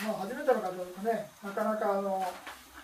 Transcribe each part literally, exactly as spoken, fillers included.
まあ、初めての方とかね、なかなかあの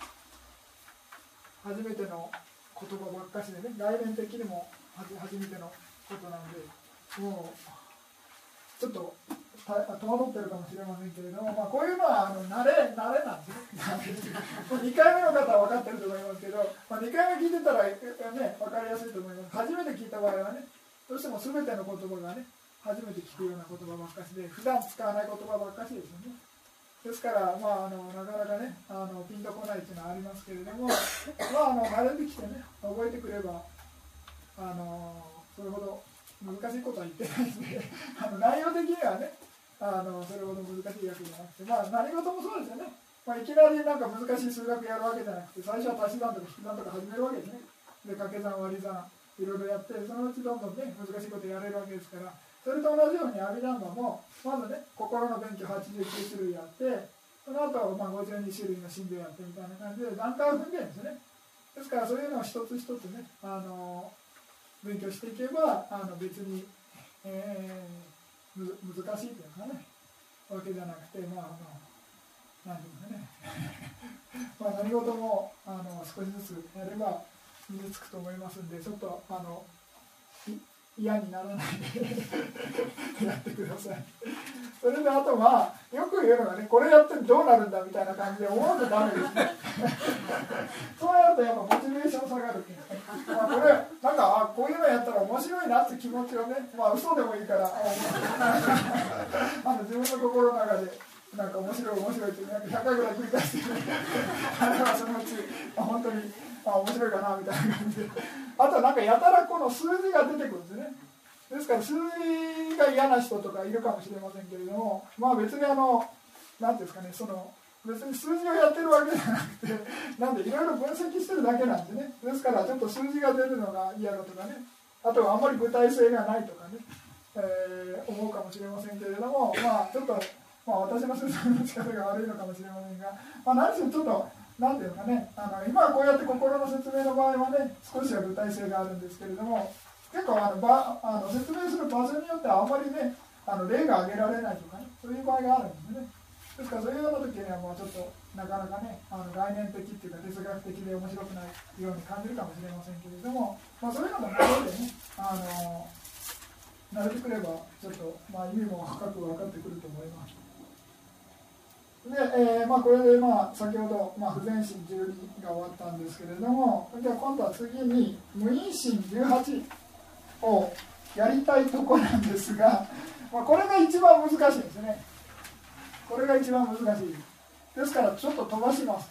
初めての言葉ばっかしでね、概念的にも初めてのことなんで、もうちょっと戸惑ってるかもしれませんけれども、まあ、こういうのはあの慣れ慣れなんですね。にかいめの方は分かってると思いますけど、まあ、にかいめ聞いてたら、ね、分かりやすいと思います。初めて聞いた場合はね、どうしても全ての言葉がね、初めて聞くような言葉ばっかしで、普段使わない言葉ばっかしですよね。ですから、まあ、あのなかなかね、あのピンとこないというのはありますけれども、まあ、あの慣れてきてね、覚えてくれば、あのそれほど難しいことは言ってないので、あの内容的にはね、あのそれほど難しいわけじゃなくて、まあ、何事もそうですよね。まあ、いきなりなんか難しい数学やるわけじゃなくて、最初は足し算とか引き算とか始めるわけですね。で、掛け算割り算いろいろやって、そのうちどんどんね、難しいことやれるわけですから、それと同じように阿弥陀仏もまずね、心の勉強はちじゅうきゅうしゅるいやって、その後、まあごじゅうにしゅるいの心経やってみたいな感じで段階を踏んでるんですよね。ですからそういうのを一つ一つね、あの勉強していけば、あの別に、えー、む難しいというかね、わけじゃなくて、まああの何て言うんですかね、まあ何事もあの少しずつやれば身につくと思いますんで、ちょっとあの嫌にならないでやってください。それであとはよく言うのがね、これやってどうなるんだみたいな感じで思うとダメですね。そうやるとやっぱモチベーション下がるっていうか、まあ、これなんかあこういうのやったら面白いなって気持ちをね、まあ嘘でもいいからあの自分の心の中でなんか面白い面白いってなんかひゃっかいぐらい繰り返して、ね、あれはそのうち、まあ、本当に、まあ、面白いかなみたいな感じで、あとはなんかやたらこの数字が出てくるんですね。ですから数字が嫌な人とかいるかもしれませんけれども、まあ別にあの何ていうんですかね、その別に数字をやってるわけじゃなくて、なんでいろいろ分析してるだけなんですね。ですからちょっと数字が出るのが嫌だとかね、あとはあんまり具体性がないとかね、えー、思うかもしれませんけれども、まあちょっと、まあ、私の説明の仕方が悪いのかもしれませんが、まあ、何しろちょっと何ていうのかね、あの今はこうやって心の説明の場合はね、少しは具体性があるんですけれども、結構あのばあの説明する場所によってはあんまりね、あの例が挙げられないとかね、そういう場合があるんですね。ですからそういうような時にはもうちょっとなかなかね、あの概念的っていうか哲学的で面白くないように感じるかもしれませんけれども、まあ、そういうのが内容でね、あの慣れてくればちょっと、まあ、意味も深く分かってくると思います。で、えーまあ、これで、まあ、先ほど、まあ、不全心じゅうにが終わったんですけれども、じゃあ今度は次に無因心じゅうはちをやりたいところなんですが、まあ、これが一番難しいんですね。これが一番難しいですからちょっと飛ばします。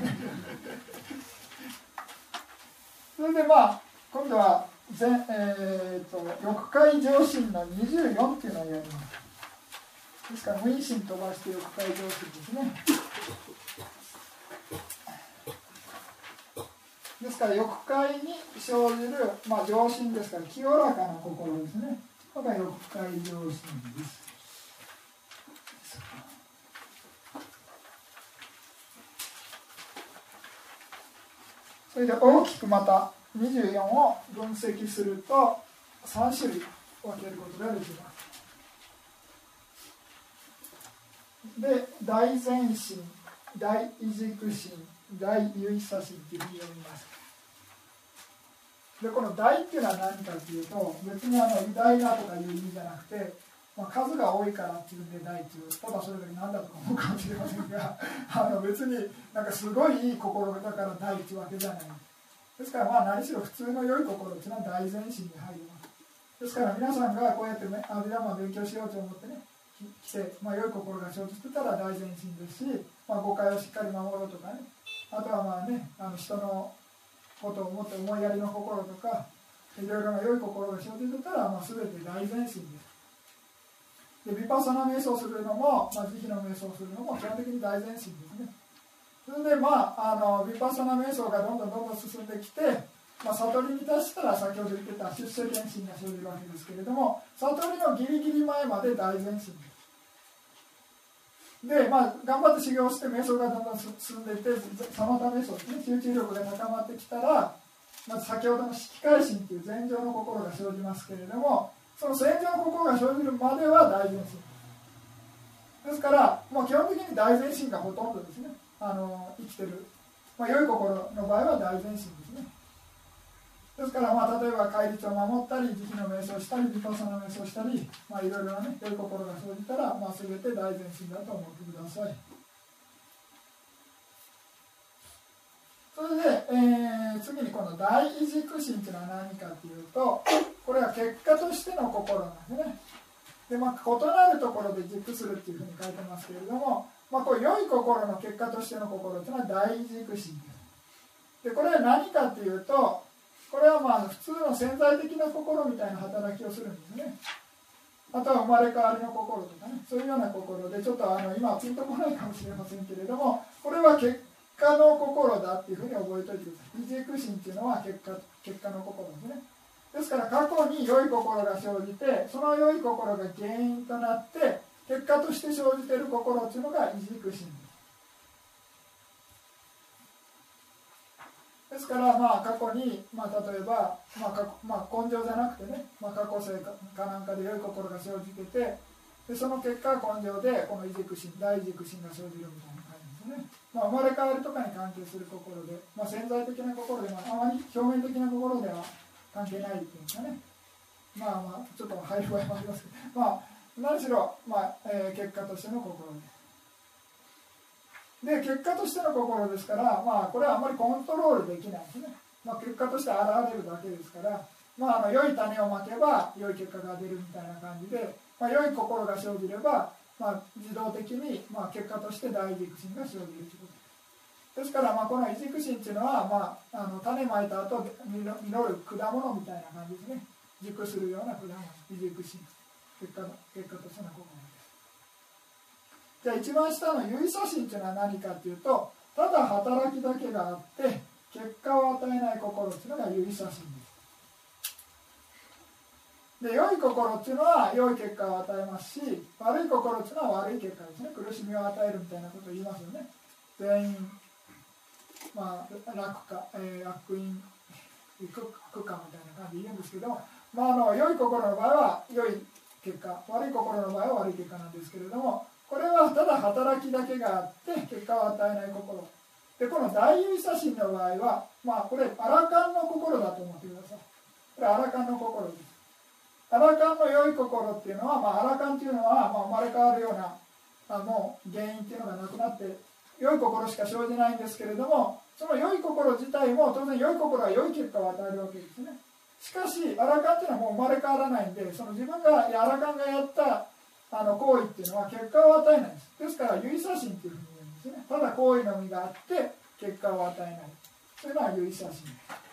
それでまあ今度は前、えー、と欲界上心のにじゅうよんっていうのをやります。ですから無因心飛ばして欲界上心ですね。ですから欲界に生じる、まあ、上心ですから清らかな心ですね。これが欲界上心です。それで大きくまたにじゅうよんを分析するとさん種類分けることができます。で、大前心、大異軸心、大唯差心というふうに読みます。で、この大っていうのは何かというと、別にあの偉大なとかいう意味じゃなくて、まあ、数が多いからっていうんで大っていう、ただそれだけなんだとか思うかもしれませんが、あの別になんかすごいいい心だから大っていうわけじゃない。ですからまあ何しろ普通の良い心っていうのは大前心に入ります。ですから皆さんがこうやってね、阿弥陀仏を勉強しようと思ってね、来て、まあ、良い心が生じてたら大前心ですし、まあ、誤解をしっかり守ろうとかね、あとはまあね、あの人のことを思って思いやりの心とか、いろいろな良い心が生じてたら、まあ、全て大前心です。で、ヴィパッサナ瞑想するのも、まあ、慈悲の瞑想するのも基本的に大前心ですね。それでまあ、あのヴィパッサナ瞑想がどんどんどんどん進んできて、まあ、悟りに達したら先ほど言ってた出世見心が生じるわけですけれども、悟りのギリギリ前まで大前心です。で、まあ、頑張って修行して瞑想がどんどん進んでいってサマタ瞑想ですね、集中力が高まってきたら、まず先ほどの色界心という禅定の心が生じますけれども、その禅定の心が生じるまでは大前心。 ですから、まあ、基本的に大前進がほとんどですね。あの生きてる、まあ、良い心の場合は大前進ですね。ですから、まあ、例えば戒律を守ったり、慈悲の瞑想をしたり、ヴィパッサナの瞑想をしたり、まあ、いろいろなね、良い心が生じたら、まあ、全て大前進だと思ってください。それで、えー、次にこの大異軸心というのは何かというと、これは結果としての心なんですね。で、まあ、異なるところで軸するっていうふうに書いてますけれども、まあ、こう良い心の結果としての心というのは大異軸心です。で、これは何かというと、これはまあ普通の潜在的な心みたいな働きをするんですね。あとは生まれ変わりの心とかね、そういうような心で、ちょっとあの今はピンとこないかもしれませんけれども、これは結果の心だっていうふうに覚えておいてください。異軸心っていうのは結果、結果の心ですね。ですから過去に良い心が生じて、その良い心が原因となって結果として生じている心っていうのが異軸心です。ですから、まあ、過去に、まあ、例えば、まあ過去まあ、根性じゃなくてね、まあ、過去世かなんかで良い心が生じてて、でその結果根性でこの異軸心、大異軸心が生じるみたいな感じですね。まあ、生まれ変わりとかに関係する心で、まあ、潜在的な心で、まあ、あまり表面的な心では関係ないっていうんですかね。まあまあちょっと入る場合もありますけど、まあ何しろ、まあえー、結果としての心です。で、結果としての心ですから、まあ、これはあまりコントロールできないですね。まあ、結果として現れるだけですから、まあ、あの良い種をまけば良い結果が出るみたいな感じで、まあ、良い心が生じれば、まあ、自動的に、まあ、結果として大軸心が生じるということです。ですから、まあ、この異軸心っていうのは、まあ、あの種まいた後実る果物みたいな感じですね。熟するような果物、異軸心、結果の結果としての心です。じゃあ一番下の有意差心というのは何かというと、ただ働きだけがあって結果を与えない心というのが有意差心です。で、良い心っていうのは良い結果を与えますし、悪い心っていうのは悪い結果ですね。苦しみを与えるみたいなことを言いますよね。全員、まあ、楽か、えー、悪因苦かみたいな感じで言うんですけど、まあ、あの良い心の場合は良い結果、悪い心の場合は悪い結果なんですけれども、これはただ働きだけがあって結果を与えない心で、この大有意差心の場合は、まあ、これアラカンの心だと思ってください。これアラカンの心です。アラカンの良い心っていうのは、まあ、アラカンっていうのは、まあ、生まれ変わるようなあもう原因っていうのがなくなって良い心しか生じないんですけれども、その良い心自体も当然良い心は良い結果を与えるわけですね。しかしアラカンっていうのはもう生まれ変わらないんで、その自分がアラカンがやったあの行為っていうのは結果を与えないです。ですから有意差心っていうふうに言うんですね。ただ行為のみがあって結果を与えないというのは有意差心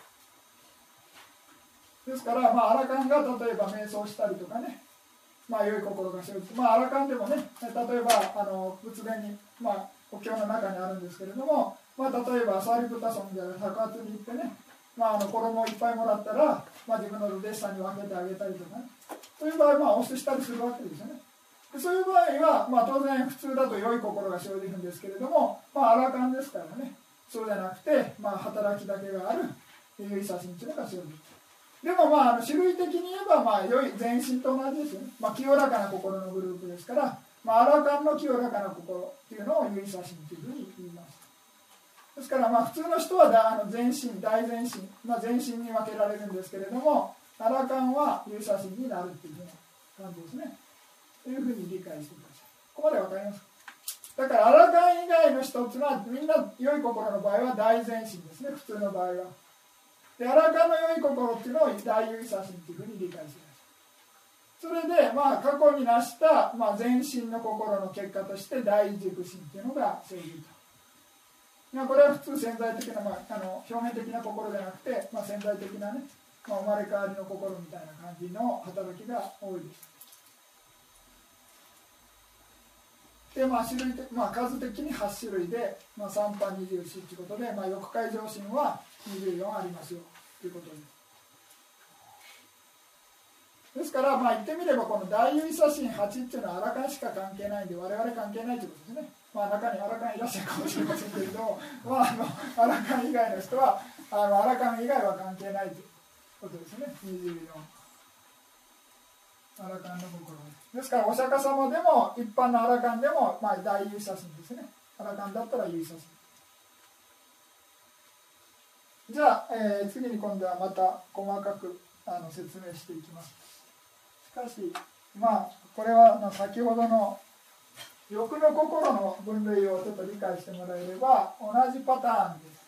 ですから、まあ、アラカンが例えば瞑想したりとかね、まあ良い心が生じて、まあ、アラカンでもね、例えばあの仏殿に、まあ、お経の中にあるんですけれども、まあ、例えばサーリプタソンで白髪に行ってね、まあ、あの衣をいっぱいもらったら、まあ、自分の弟子さんに分けてあげたりとかね、そういう場合、まあ、お布施したりするわけですよね。でそういう場合は、まあ、当然普通だと良い心が生じるんですけれども、まあ、アラカンですからね、そうじゃなくて、まあ、働きだけがある有意差心というのが生じる。でも、まあ、あの種類的に言えば、まあ、良い全身と同じですよね。まあ、清らかな心のグループですから、まあ、アラカンの清らかな心っていうのを有意差心というふうに言います。ですから、まあ、普通の人はだあの全身、大全身、まあ、全身に分けられるんですけれども、アラカンは有意差心になるっていうふうな感じですね。というふうに理解してください。ここまで分かりますか？だからアラカン以外の人っていうのはみんな良い心の場合は大全身ですね、普通の場合は。で、アラカンの良い心っていうのを大有意差心というふうに理解してください。それで、まあ、過去に成した、まあ、全身の心の結果として大軸心っていうのが生じると。まあ、これは普通潜在的な、まあ、あの表面的な心でなくて、まあ、潜在的なね、まあ、生まれ変わりの心みたいな感じの働きが多いです。で、まあ種類的まあ、数的にはち種類で、まあ、さん波にじゅうよんということで、まあ、欲界上心はにじゅうよんありますよということです。ですから、まあ、言ってみればこの大有意差心はちっていうのはアラカンしか関係ないんで、我々関係ないということですね。まあ、中にアラカンいらっしゃるかもしれませんけれども、まあ、あのアラカン以外の人はあのアラカン以外は関係ないということですね。にじゅうよん。 アラカンの心ですから、お釈迦様でも一般のアラカンでも、まあ、大有写真ですね。アラカンだったら有写真。じゃあ、えー、次に今度はまた細かくあの説明していきます。しかし、まあ、これはの先ほどの欲の心の分類をちょっと理解してもらえれば同じパターンです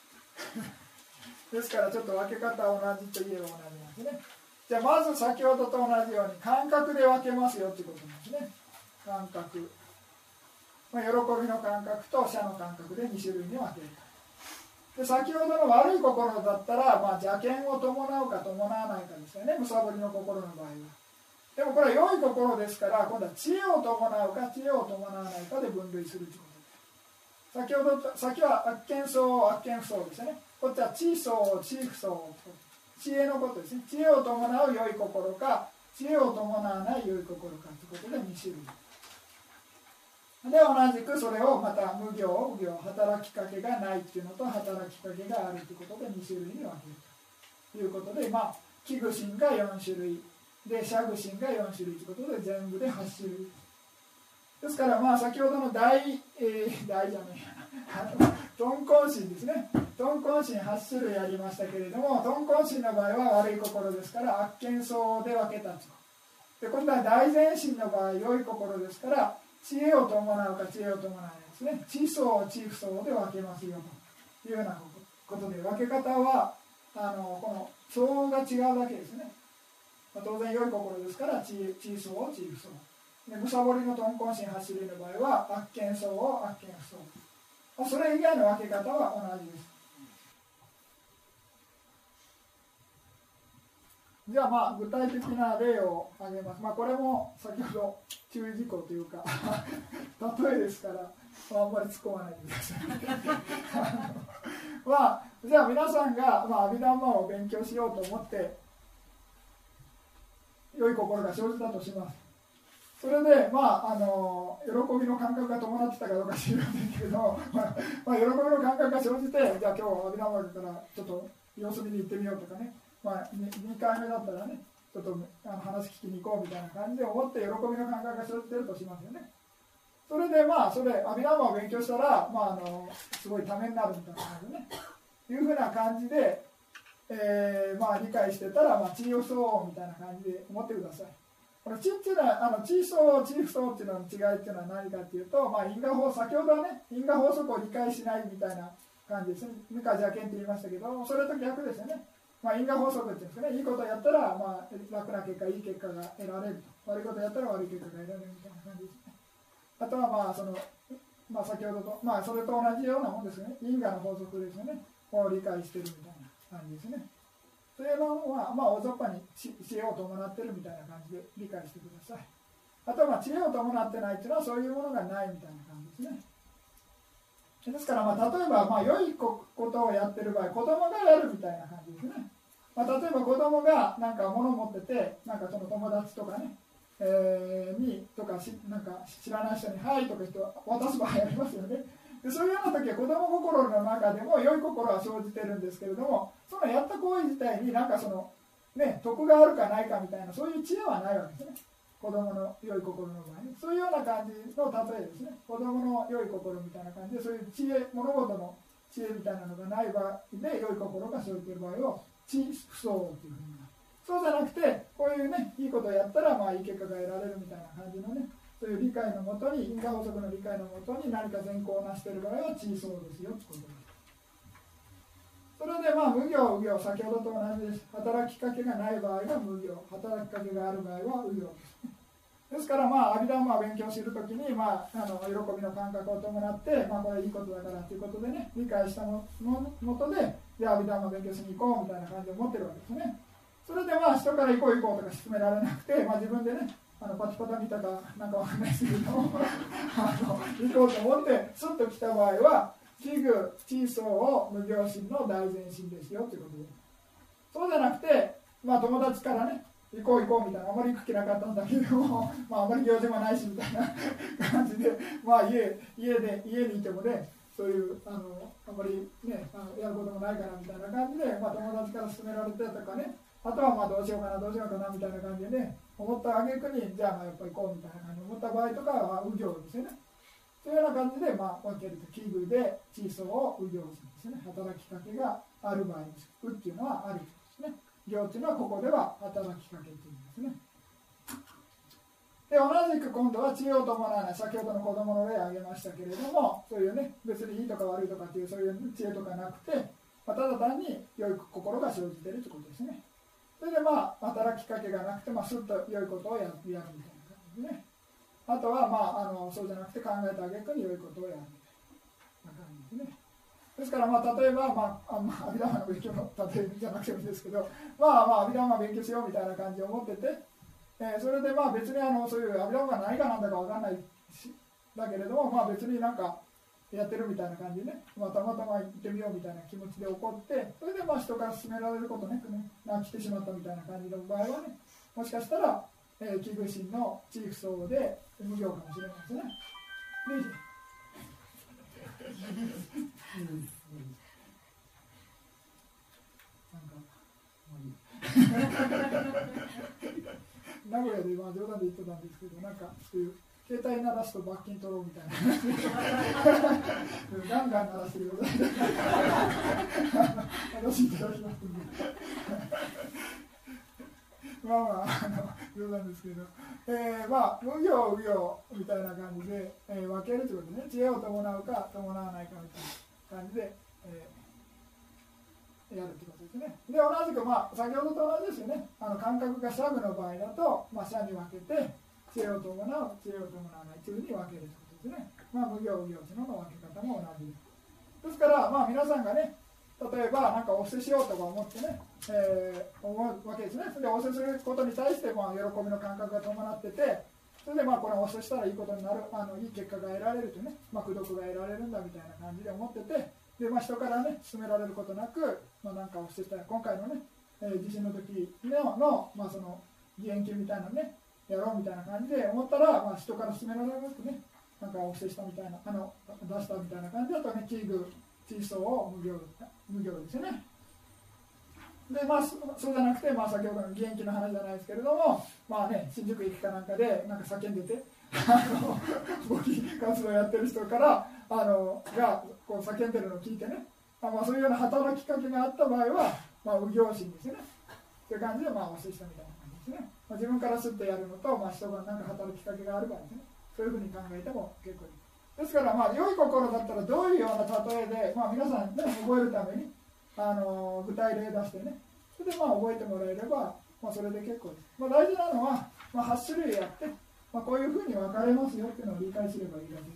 ですからちょっと分け方は同じといえば同じなんですね。じゃあまず先ほどと同じように感覚で分けますよということなんですね。感覚、まあ、喜びの感覚と謝の感覚でに種類に分ける。で先ほどの悪い心だったら、まあ、邪見を伴うか伴わないかですよね、むさぼりの心の場合は。でもこれは良い心ですから、今度は知恵を伴うか知恵を伴わないかで分類するということです。先ほどと先は悪見相悪見不相ですね。こっちは知相知不相、知恵のことですね。知恵を伴う良い心か知恵を伴わない良い心かということでに種類で、同じくそれをまた無行無行働きかけがないっていうのと働きかけがあるということでに種類に分けるということで、まあ器具心がよん種類で謝具心がよん種類ということで全部ではち種類ですから、まあ先ほどの大、えー、大じゃない鈍行心ですね。鈍行心はち種類ありましたけれども、鈍行心の場合は悪い心ですから悪見相で分けたと。で今度は大善心の場合良い心ですから知恵を伴うか知恵を伴わないですね。知相知不相で分けますよというようなことで、分け方はあのこの相が違うだけですね。まあ、当然良い心ですから知恵知相知不相で、むさぼりの鈍行心はち種類の場合は悪見相悪見不相、まあ、それ以外の分け方は同じです。じゃあまあ具体的な例を挙げます。まあ、これも先ほど注意事項というか例えですから、まあ、あんまり突っ込まないでくださいまあ、じゃあ皆さんが、まあ、阿弥陀マを勉強しようと思って良い心が生じたとします。それで、まあ、あの喜びの感覚が伴ってたかどうか知りませんけれども、まあまあ、喜びの感覚が生じて、じゃあ今日阿弥陀マからちょっと様子見に行ってみようとかね、まあ、にかいめだったらね、ちょっとあの話聞きに行こうみたいな感じで思って喜びの感覚が生じてるとしますよね。それでまあそれ阿弥陀マを勉強したら、まあ、あのすごいためになるみたいな感じでね、いうふうな感じで、えーまあ、理解してたら、まあ、知恵相みたいな感じで思ってください。この知っていうのは、あの知相知不相っていうのの違いっていうのは何かっていうと、まあ、因果法先ほどはね因果法則を理解しないみたいな感じですね。無か邪見って言いましたけど、それと逆ですよね。まあ、因果法則っていうんですかね、いいことをやったら、まあ、楽な結果、いい結果が得られると、悪いことをやったら悪い結果が得られるみたいな感じですね。あとは、まあそのまあ、先ほどと、まあ、それと同じようなもんですよね。因果の法則ですよね。を理解してるみたいな感じですね。そういうのは、まあ、大雑把に知恵を伴ってるみたいな感じで理解してください。あとは、まあ、知恵を伴ってないっていうのは、そういうものがないみたいな感じですね。ですから、まあ、例えば、まあ、良いことをやってる場合、子供がやるみたいな感じですね。まあ、例えば子供がなんか物を持ってて、なんかその友達とかね、えー、にとかしなんか知らない人に「はい」とか言って渡す場合ありますよね。でそういうような時は子供心の中でも良い心は生じてるんですけれども、そのやった行為自体になんかそのね得があるかないかみたいなそういう知恵はないわけですね。子供の良い心の場合にそういうような感じの例えですね。子供の良い心みたいな感じでそういう知恵物事の知恵みたいなのがない場合で良い心が生じている場合を知不相というふうになる。そうじゃなくてこういうねいいことをやったらまあいい結果が得られるみたいな感じのねそういう理解のもとに因果法則の理解のもとに何か善行を成している場合は知相ですよということです。それでまあ無行無行先ほどと同じです。働きかけがない場合は無行、働きかけがある場合は無行です。ですからまあ阿弥陀マを勉強するときにまああの喜びの感覚を伴ってまあこれいいことだからということでね理解したものとでじゃあ阿弥陀マを勉強しに行こうみたいな感じで思ってるわけですね。それでまあ人から行こう行こうとか勧められなくて、まあ、自分でねあのパチパタ見たかなんかわかんないですけどあの行こうと思ってスッと来た場合は器具知相を無行心の大善心ですよということで、そうじゃなくて、まあ、友達からね行こう行こうみたいなあまり行く気なかったんだけども、まあ、あまり行事もないしみたいな感じで、まあ、家, 家で家にいてもねそういうあのあまりねあのやることもないからみたいな感じで、まあ、友達から勧められてとかねあとはまあどうしようかなどうしようかなみたいな感じでね思った挙句にじゃあまあやっぱり行こうみたいな感じで思った場合とかは右行ですよね。そういうような感じでまあ分けると、器具で地層を右行するんですね。働きかけがある場合です。うっていうのはあるということですね。行っていうのはここでは働きかけっていうんですね。で同じく今度は知恵を伴わない、先ほどの子供の例を挙げましたけれども、そういうね別にいいとか悪いとかっていうそういう知恵とかなくて、まあ、ただ単に良い心が生じているということですね。それでまあ働きかけがなくて、まあ、すっと良いことをやるみたいな感じですね。あとはまああのそうじゃなくて考えた挙句に良いことをやるみたいな感じですね。ですからまあ例えば、まあ、あんま阿弥陀の勉強の例えじゃなくてもいいですけど、まあまあ阿弥陀勉強しようみたいな感じを持ってて、えー、それでまあ別にあのそういう阿弥陀が何かなんだか分かんないしだけれども、まあ別になんかやってるみたいな感じでね、まあ、たまたま行ってみようみたいな気持ちで起こって、それでまあ人から勧められることね、な来てしまったみたいな感じの場合はね、もしかしたら、えー、器具心のチーフ層で無行かもしれないですね。名古屋でまあ冗談で言ってたんですけど、なんかそういう携帯鳴らすと罰金取ろうみたいなガンガン鳴らしてください話いただきますんでまあまあ、あの冗談ですけど、えー、まあ無行無行みたいな感じで、えー、分けるということでね、知恵を伴うか伴わないかみたいな感じで、えー、やるということですね。で同じく、まあ、先ほどと同じですよね。あの感覚が社具の場合だと、まあ、社に分けて知恵を伴う、知恵を伴わないというふうに分けるということですね。まあ、無行無行というのの分け方も同じです。ですから、まあ、皆さんがね、例えばなんかお布施しようとか思ってね、えー、思うわけですね。それでお布施することに対して、まあ、喜びの感覚が伴ってて、それでまあこれお布施したらいいことになる、あのいい結果が得られるとね、まあ、功徳が得られるんだみたいな感じで思ってて、で、まあ、人からね勧められることなく、まあ、なんかお布施したら、今回のね、えー、地震の時のの、まあ、その義援金みたいなねやろうみたいな感じで思ったら、まあ、人から勧められなくね、なんかお布施したみたいな、あの出したみたいな感じだとね、器具地層を無行無行ですよね。でまあ、そ, そうじゃなくて、まあ、先ほどの義援金の話じゃないですけれども、まあね、新宿駅かなんかでなんか叫んでて募金活動やってる人からあのがこう叫んでるのを聞いてね、あ、まあ、そういうような働きかけがあった場合は、まあ、無行心ですよね。という感じで、まあ、お布施したみたいな感じですね。まあ、自分からすってやるのと、まあ、人がなんか働きかけがある場合ですね。そういうふうに考えても結構いい。ですから、まあ、良い心だったらどういうような例えで、まあ、皆さん、ね、覚えるためにあの具体例出してね、それでまあ覚えてもらえれば、まあ、それで結構です。まあ、大事なのは、まあ、はち種類やって、まあ、こういうふうに分かれますよっていうのを理解すればいいだけです。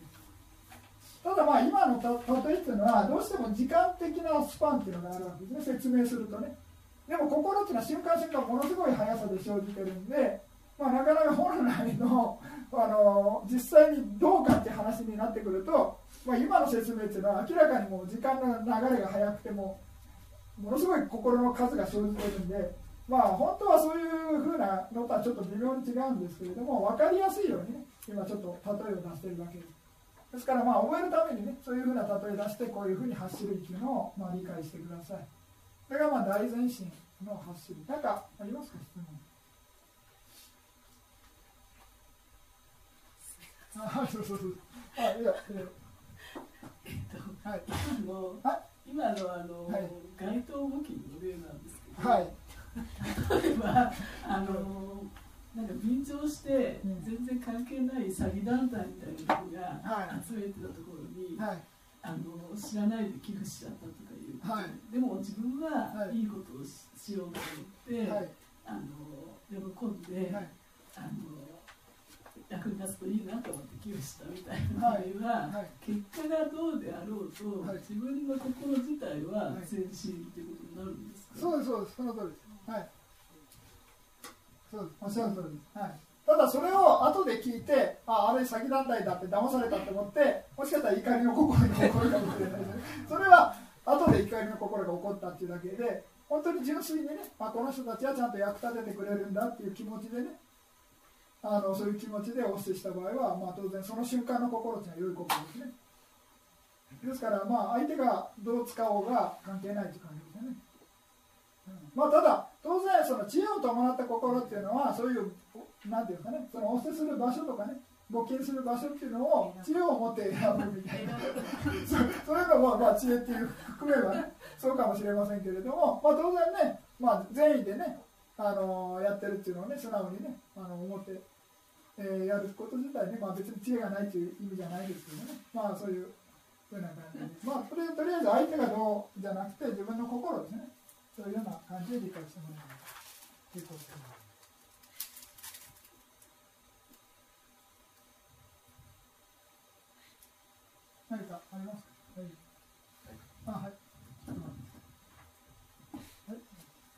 ただまあ今の例えっていうのはどうしても時間的なスパンっていうのがあるわけですね、説明するとね。でも心っていうのは瞬間瞬間ものすごい速さで生じてるんで、まあ、なかなか本来の、あの実際にどうかっていう話になってくると、まあ、今の説明っていうのは明らかにもう時間の流れが速くてもものすごい心の数が生じてるんで、まあ本当はそういうふうなのとはちょっと微妙に違うんですけれども、分かりやすいようにね今ちょっと例えを出してるわけです。ですからまあ覚えるためにね、そういうふうな例え出してこういうふうにはち種類っていうのをまあ理解してください。それがまあ大前進のはち種類。なんかありますか、質問。あ、そうそうそう。あ、いや、 えっと、はい、あの、はい、今のあの、はい、街頭募金の例なんですけど、はい、例えばあのなんか便乗して全然関係ない詐欺団体みたいな人が集めてたところに、はい、あの知らないで寄付しちゃったとかいう、はい、でも自分はいいことを し, しようと思って、はい、あの喜んで、はい、あの役に立つといいなと思って寄付したみたいな場合は、はいはい、結果がどうであろうと、はい、自分の心自体は前進ということになるんですか。 そうです、そうです、その通りです。はい、そうです、おっしゃる通りです。はい、ただそれを後で聞いて、あ、あれ詐欺団体だって騙されたと思って、もしかしたら怒りの心が起こるかもしれないです。それは後で怒りの心が起こったっていうだけで、本当に純粋にね、あ、この人たちはちゃんと役立ててくれるんだっていう気持ちでね、あのそういう気持ちでお布施した場合は、まあ、当然その瞬間の心というのは良い心ですね。ですから、まあ、相手がどう使おうが関係ないという感じですよね。 まあ、ただ当然その知恵を伴った心っていうのはそういうなんていうかね、そのお捨てする場所とかね、募金する場所っていうのを知恵を持って選ぶみたいなそ, そういうのもまあ知恵っていう含めばねそうかもしれませんけれども、まあ、当然ね、まあ、善意でね、あのー、やってるっていうのをね素直にねあの思って、えー、やること自体ね、まあ、別に知恵がないという意味じゃないですけどね、まあそういうふうな感じで、まあ、とりあえず相手がどうじゃなくて自分の心ですね、そういうような感じで理解してもらえるということです。何かありますか？はい。あ、はい。はい。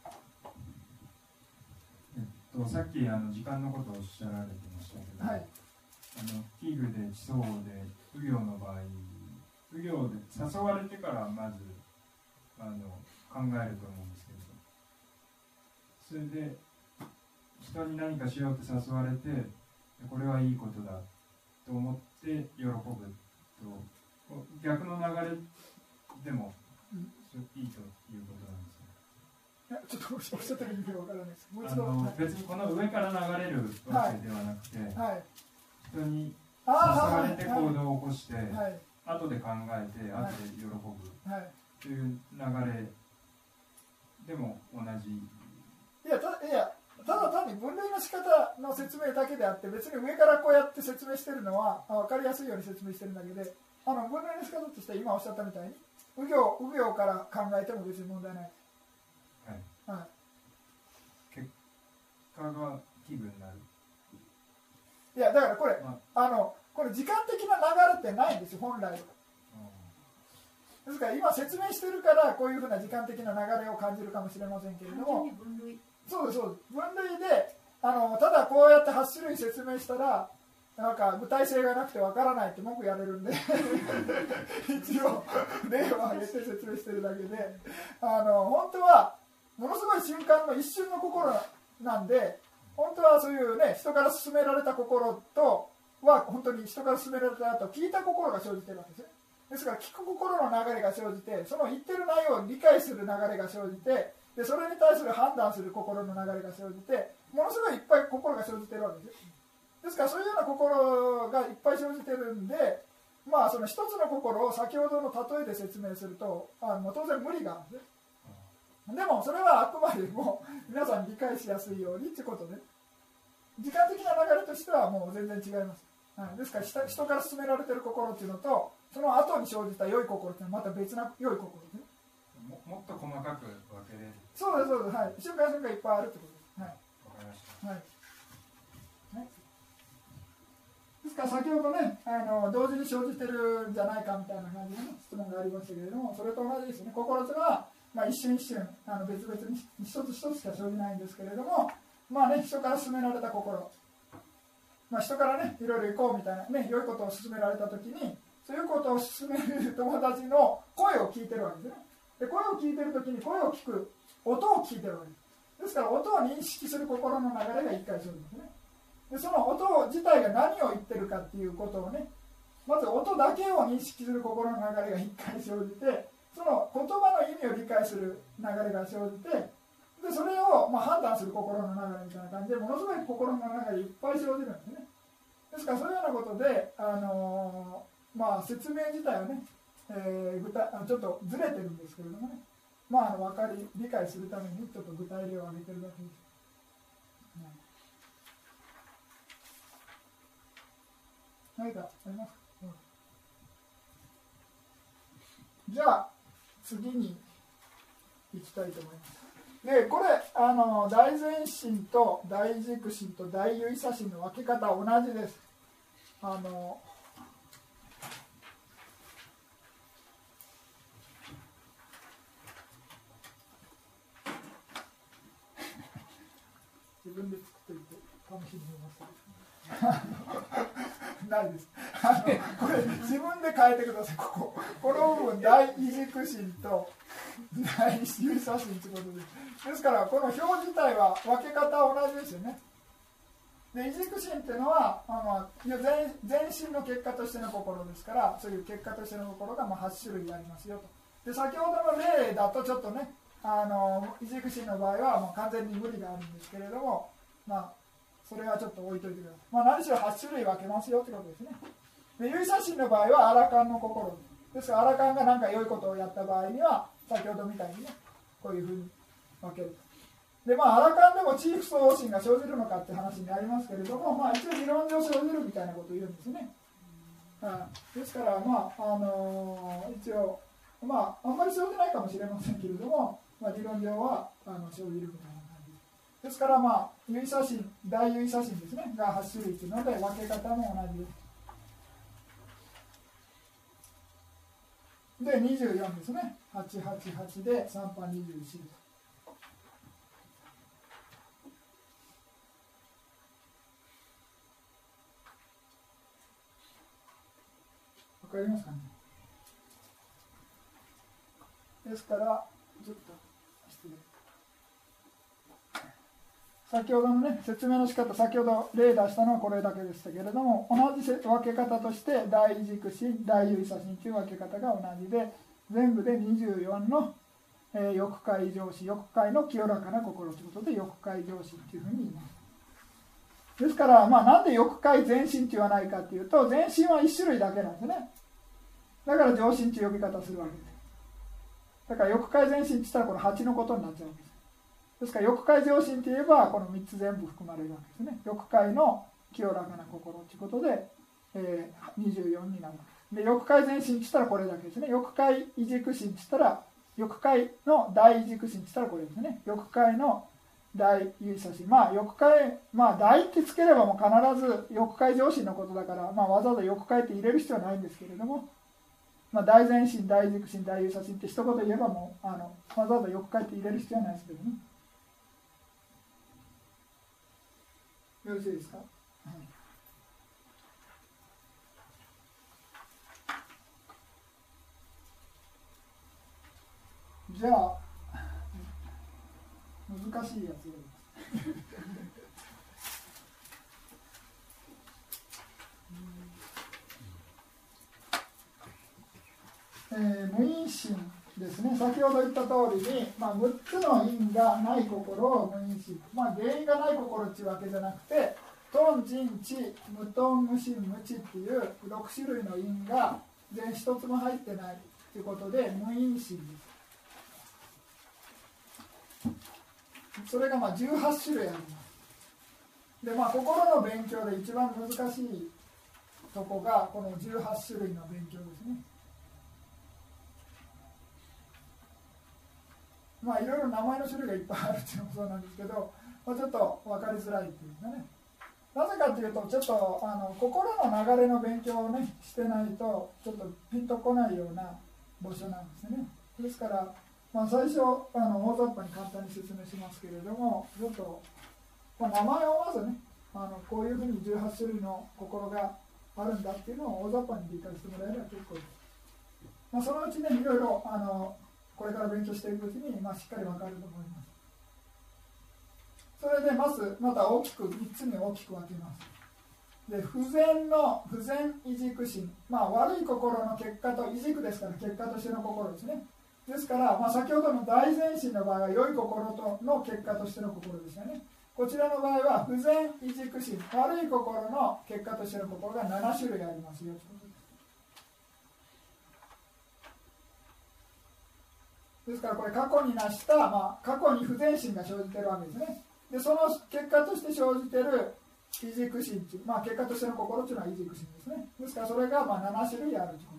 えっと、さっきあの時間のことをおっしゃられてましたけど、はい、あのキールで地層で右行の場合、右行で誘われてからまずあの考えると思うんですけど、それで人に何かしようと誘われて、これはいいことだと思って喜ぶと、逆の流れでもいいということなんですね。 いや、ちょっとおっしゃってる意味がわからないです。もう一あ度、 の別にこの上から流れるわけではなくて、はいはい、人に誘われて行動を起こして、はいはい、後で考えて、後で喜ぶという流れでも同じ。 いや、たいやただ単に分類の仕方の説明だけであって、別に上からこうやって説明してるのは分かりやすいように説明してるだけで、あの分類の仕方として今おっしゃったみたいに右行、右行から考えても別に問題ない。はいはい、 結果が気分になる。 いやだからこれ、まあ、あのこれ時間的な流れってないんですよ本来。ですから今説明してるからこういうふうな時間的な流れを感じるかもしれませんけれども、そうですそうです、分類であのただこうやってはち種類説明したらなんか具体性がなくてわからないって文句やれるんで一応例を挙げて説明してるだけで、あの本当はものすごい瞬間の一瞬の心なんで、本当はそういうね人から勧められた心とは本当に人から勧められた後聞いた心が生じてるわけですね。ですから聞く心の流れが生じて、その言ってる内容を理解する流れが生じて、でそれに対する判断する心の流れが生じて、ものすごいいっぱい心が生じてるわけです。ですからそういうような心がいっぱい生じてるんで、まあその一つの心を先ほどの例えで説明するとあの当然無理があるんです。でもそれはあくまでも皆さんに理解しやすいようにということで、時間的な流れとしてはもう全然違います。はい、ですから人から勧められている心っていうのと、その後に生じた良い心っていうのはまた別な良い心ですね。 も, もっと細かく分けれる。 そうですそうです、はい、瞬間瞬間いっぱいあるってことです。はい、 わかりました。 はいね、ですから先ほどねあの同時に生じてるんじゃないかみたいな感じの、ね、質問がありましたけれども、それと同じですね。心というのは、まあ、一瞬一瞬あの別々に一つ一つしか生じないんですけれども、まあね、人から勧められた心、まあ、人からねいろいろ行こうみたいなね良いことを勧められた時に、そういうことを勧める友達の声を聞いてるわけですね。で声を聞いてる時に声を聞く音を聞いてるわけです。ですから音を認識する心の流れが一回生じますね。でその音自体が何を言ってるかっていうことをね、まず音だけを認識する心の流れが一回生じて、その言葉の意味を理解する流れが生じて、でそれをまあ判断する心の流れみたいな感じで、ものすごい心の流れいっぱい生じるんですね。ですからそういうようなことで、あのーまあ、説明自体はね、えー、具体ちょっとずれてるんですけれどもね、まあ、あの分かり理解するためにちょっと具体例を挙げてるだけです。何かありますか？うん、じゃあ次に行きたいと思います。でこれあの大前進と大軸心と大唯差心の分け方は同じです。あの自分で作っておいて試しに見ますないです。あのこれ自分で変えてください。こここの部分大異軸心と大唯差心ということです。ですからこの表自体は分け方は同じですよね。で異軸心っていうのは、まあ、全身の結果としての心ですから、そういう結果としての心がまあはち種類ありますよと。で先ほどの例だとちょっとねあの異軸心の場合はもう完全に無理があるんですけれども、まあ、それはちょっと置いといてください。まあ、何しろはち種類分けますよということですね。で唯差心の場合はアラカンの心ですから、アラカンが何か良いことをやった場合には先ほどみたいにね、こういうふうに分ける。でまあ、アラカンでもチーフ相応心が生じるのかって話になりますけれども、まあ、一応理論上生じるみたいなことを言うんですね。うん、ですから、まああのー、一応、まあ、あんまり生じないかもしれませんけれども、まあ、理論上はあの生じるみたいな感じです。ですから、まあ、唯差心、大唯差心ですねがはち種類というので、分け方も同じです。で、にじゅうよんですね。はちはちはちでさん波にじゅうよんです。わかりますかね。ですから、ちょっと失礼。先ほどのね、説明の仕方、先ほど例出したのはこれだけでしたけれども、同じ分け方として大軸心、大唯差心という分け方が同じで、全部でにじゅうよんの、えー、欲界上心、欲界の清らかな心ということで欲界上心というふうに言います。ですから、まあ、なんで欲界全心と言わないかというと、全心はいち種類だけなんですね。だから上心という呼び方をするわけです。だから欲界全心といったらこのはちのことになっちゃうんです。ですから欲界上心といえばこのみっつ全部含まれるわけですね。欲界の清らかな心ということで、えー、にじゅうよんになるわけです。で欲界全心といったらこれだけですね。欲界異軸心といったら、欲界の大異軸心といったらこれですね。欲界の大唯差心、まあ欲界、まあ大ってつければもう必ず欲界上心のことだから、まあ、わざわざ欲界って入れる必要はないんですけれども、まあ、大前心、大軸心、大唯差心って一言言えばもうあのわざわざ欲界って入れる必要はないですけどね。よろしいですか。はい、じゃあ難しいやつをえー、無因心ですね。先ほど言った通りに、まあ、むっつの因がない心を無因心、まあ、原因がない心っていうわけじゃなくて、トン、ジン、チ、無トン、無心、無知っていうろく種類の因が全一つも入ってないということで無因心です。それがまあじゅうはち種類あります。で、まあ、心の勉強で一番難しいとこがこのじゅうはち種類の勉強ですね。まあいろいろ名前の種類がいっぱいあるっていうのもそうなんですけど、まあ、ちょっと分かりづらいっていうかね。なぜかというと、ちょっとあの心の流れの勉強をねしてないとちょっとピンとこないような場所なんですね。ですから、まあ、最初あの大雑把に簡単に説明しますけれども、ちょっと、まあ、名前をまずね、あのこういうふうにじゅうはち種類の心があるんだっていうのを大雑把に理解してもらえれば結構です。まあ、そのうちね、いろいろあのこれから勉強していくうちに、まあ、しっかり分かると思います。それでまずまた大きくみっつに大きく分けます。で、不全の不全異軸心、まあ、悪い心の結果と異軸ですから結果としての心ですね。ですから、まあ、先ほどの大前心の場合は良い心との結果としての心でしたね。こちらの場合は不全異軸心、悪い心の結果としての心がなな種類ありますよ。ですからこれ過去に成した、まあ、過去に不全心が生じているわけですね。でその結果として生じている異軸心、まあ、結果としての心というのは異軸心ですね。ですからそれがまあなな種類あるという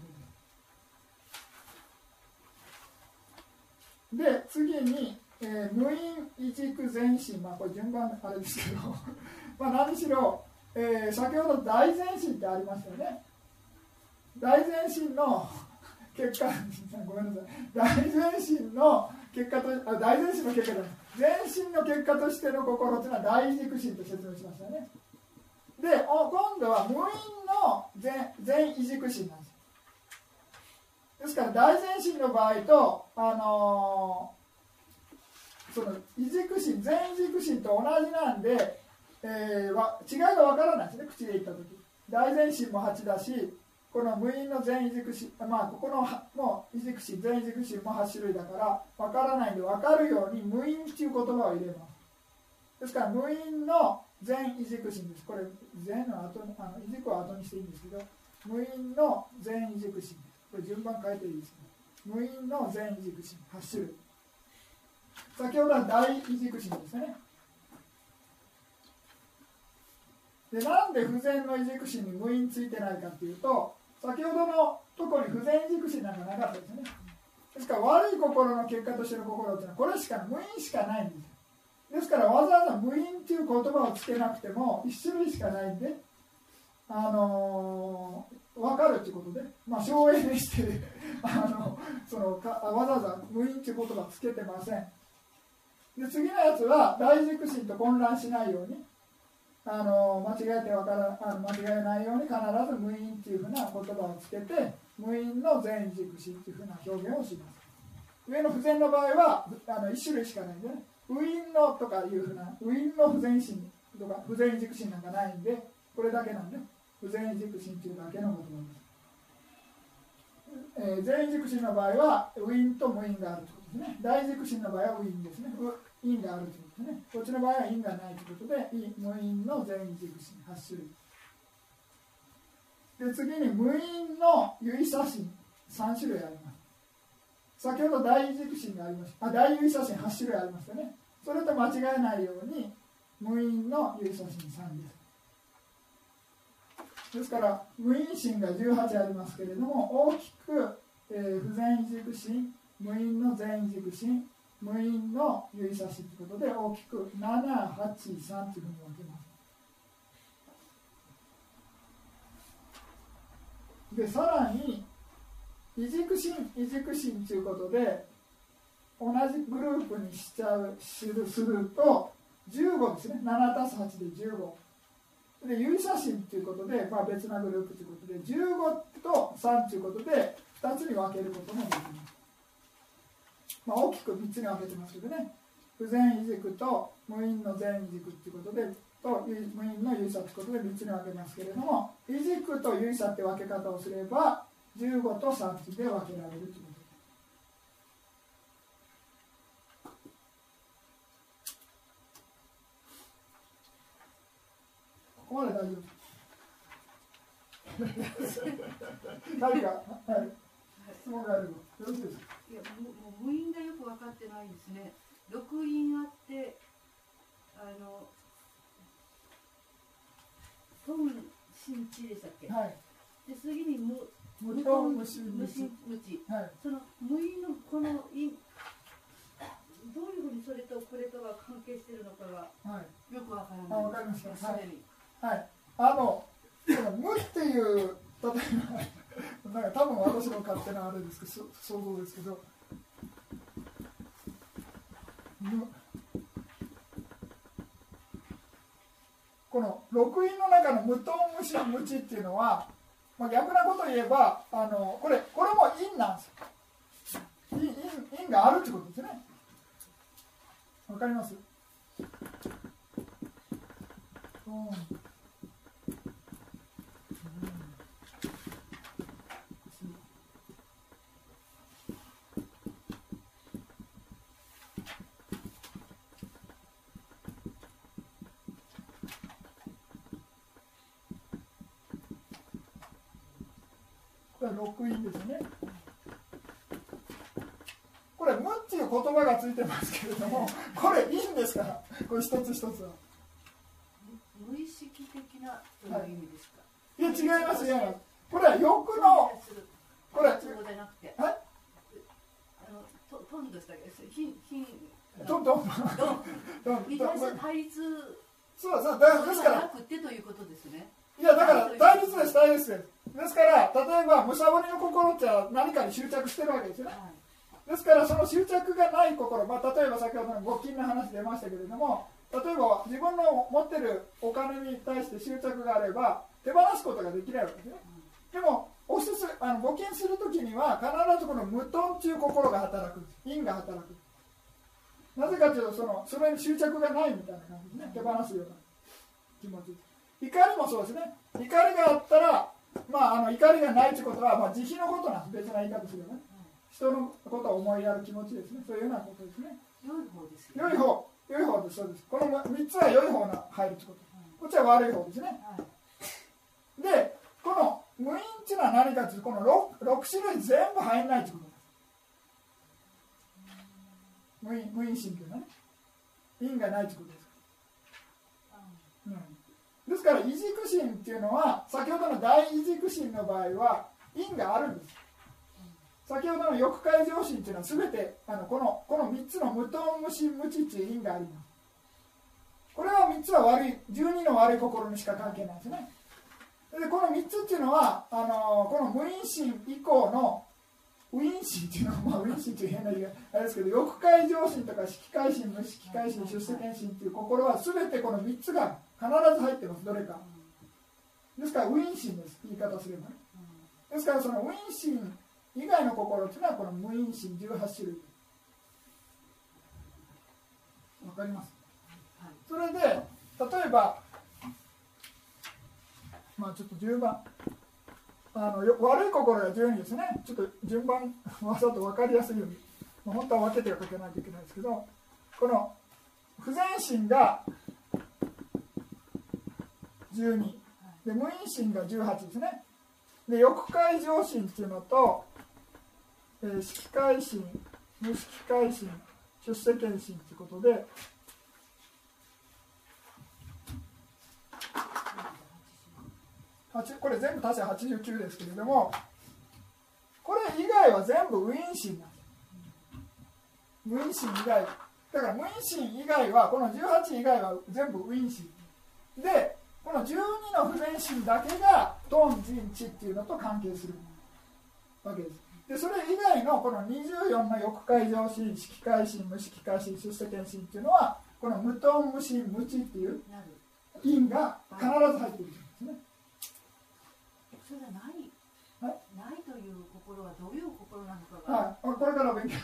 ことです。で次に、えー、無因異軸全心、まあこれ順番あれですけどまあ何しろ、えー、先ほど大前心ってありましたよね。大前心の結果ごめんなさい大前心の結果とあ大前心の結果じゃない全身の結果としての心というのは大軸心と説明しましたね。で今度は無因の 全, 全異軸心なんです。ですから大前心の場合と、あのー、その異軸心全異軸心と同じなんで、えー、違いが分からないですね。口で言った時大前心もはちだし、 この無因の全異軸心、まあここのもう異軸心、全異軸心もはち種類だから分からないんで分かるように無因っていう言葉を入れます。ですから無因の全異軸心です。これ全の後にあの異軸を後にしていいんですけど、無因の全異軸心です。これ順番変えていいですね。無因の全異軸心はち種類。先ほどは大異軸心ですね。でなんで不全の異軸心に無因ついてないかというと、先ほどのところに不全異軸心なんかなかったですね。ですから悪い心の結果としての心というのはこれしか無因しかないんです。ですからわざわざ無因という言葉をつけなくても一種類しかないんで、あのー、分かるということで、まあ、省エネしてあのそのかわざわざ無因という言葉をつけてません。で次のやつは大軸心と混乱しないように、あの間違えてわからあの間違えないように必ず無因っていうふうな言葉をつけて、無因の全軸心っていうふうな表現をします。上の不全の場合はあのいち種類しかないんでね、無因のとかいうふうな無因の不全心とか不全軸心なんかないんで、これだけなんで不全軸心というだけの言葉です。えー、全軸心の場合はウ因と無因があるということですね。大軸心の場合はウ因ですね。因があるということですね。こっちの場合は因がないということで、無因の全軸心はち種類。で次に無因の有意差心さん種類あります。先ほど大軸心がありました。あ、大有意差心はち種類ありましたね。それと間違えないように無因の有意差心さんです。ですから無因心がじゅうはちありますけれども、大きく、えー、不全異軸心、無因の全異軸心、無因の有意差心ということで大きくなな、はち、さんというふうに分けます。でさらに異軸心、異軸心ということで同じグループにしちゃうするするとじゅうごですね。ななたすはちでじゅうごで、有意差心ということで、まあ、別なグループということでじゅうごとさんということでふたつに分けることもできます。まあ、大きくみっつに分けてますけどね、不全異軸と無因の全異軸ということでと無因の有意差ということでみっつに分けますけれども、異軸と有意差って分け方をすればじゅうごとさんで分けられるということです。ここまで大丈夫何か、はい、質問があるのよろしいですか。 いや、もう無因がよく分かってないんですね。六因あって、あのトンシンチでしたっけ。 はい。 で次に無無トン無シン無シ無チ。 はい。 その無因のこの因、どういうふうにそれとこれとが関係しているのかがよく分からない。 あ、わかりました。 はい。 はい。あの無っていう例えばなんか多分私の勝手なあれですけど想像ですけど、無この六因の中の無トン無シン無チっていうのは、まあ、逆なことを言えばあのこれこれも因なんですよ。因, 因, 因があるってことですね。わかります？うん、これは六因ですね。これ無っていう言葉がついてますけれども、これ因ですから、これ一つ一つは。 無意識的なという意味ですか。 はい、いや違います違います。これは欲のこれそうじゃなくて、 はい、 あのとトンとしたけど、ひひトントントンに対する対立そうそうだですからなくてということですね。 いやだから対立です対立です。ですから例えばむさぼりの心って何かに執着してるわけですよね。はい、ですからその執着がない心、まあ、例えば先ほどの募金の話出ましたけれども、例えば自分の持ってるお金に対して執着があれば手放すことができないわけですね。でもおすすあの募金するときには必ずこの無トンという心が働く、因が働く。なぜかというとそのそれに執着がないみたいな感じですね。手放すような気持ち。怒りもそうですね。怒りがあったらまあ、あの怒りがないということは、まあ、慈悲のことなんです。別な言い方すればね。人のことを思いやる気持ちですね。そういうようなことですね。 良い方ですよ、 ね。良い方。良い方です。そうです。このみっつは良い方の入るということ。こっちは悪い方ですね。はい、で、この無因っていうのは何かというと、この 6, ろく種類全部入らないということです。無因、無因心というのはね。因がないということです。うん、ですから異軸心っていうのは、先ほどの大異軸心の場合は因があるんです。先ほどの欲界上心っていうのは全てあのこのこのみっつの無頓無心無知っていう因があります。これはみっつは悪いじゅうにの悪い心にしか関係ないですね。でこのみっつっていうのはあのこの無因心以降の無因心っていうのは、まあ、無因心っていう変な言い方あれですけど、欲界上心とか色界心無色界心出世間心っていう心は全てこのみっつが必ず入ってます。どれかですから無因心です。言い方すればね。ですからその無因心以外の心というのはこの無因心じゅうはち種類。わかります？それで例えばまあちょっと順番あのよ悪い心がじゅうにですね。ちょっと順番わざと分かりやすいように、まあ、本当は分けては書けないといけないですけど、この不全心がじゅうにで無因心がじゅうはちですね。で欲界上心っていうのと、えー、色界心無色界心出世間心ということでこれ全部足してはちじゅうきゅうですけれども、これ以外は全部無因心なんです。無因心以外だから無因心以外はこのじゅうはち以外は全部無因心で、このじゅうにの不全心だけが頓人知っていうのと関係するわけです。でそれ以外のこのにじゅうよんの欲界上心色界心無色界心出世間心っていうのはこの無頓無心無知っていう因が必ず入っているんですね。 それはない、 はい、 ないという心はどういう心なのかが、 はい、これから勉強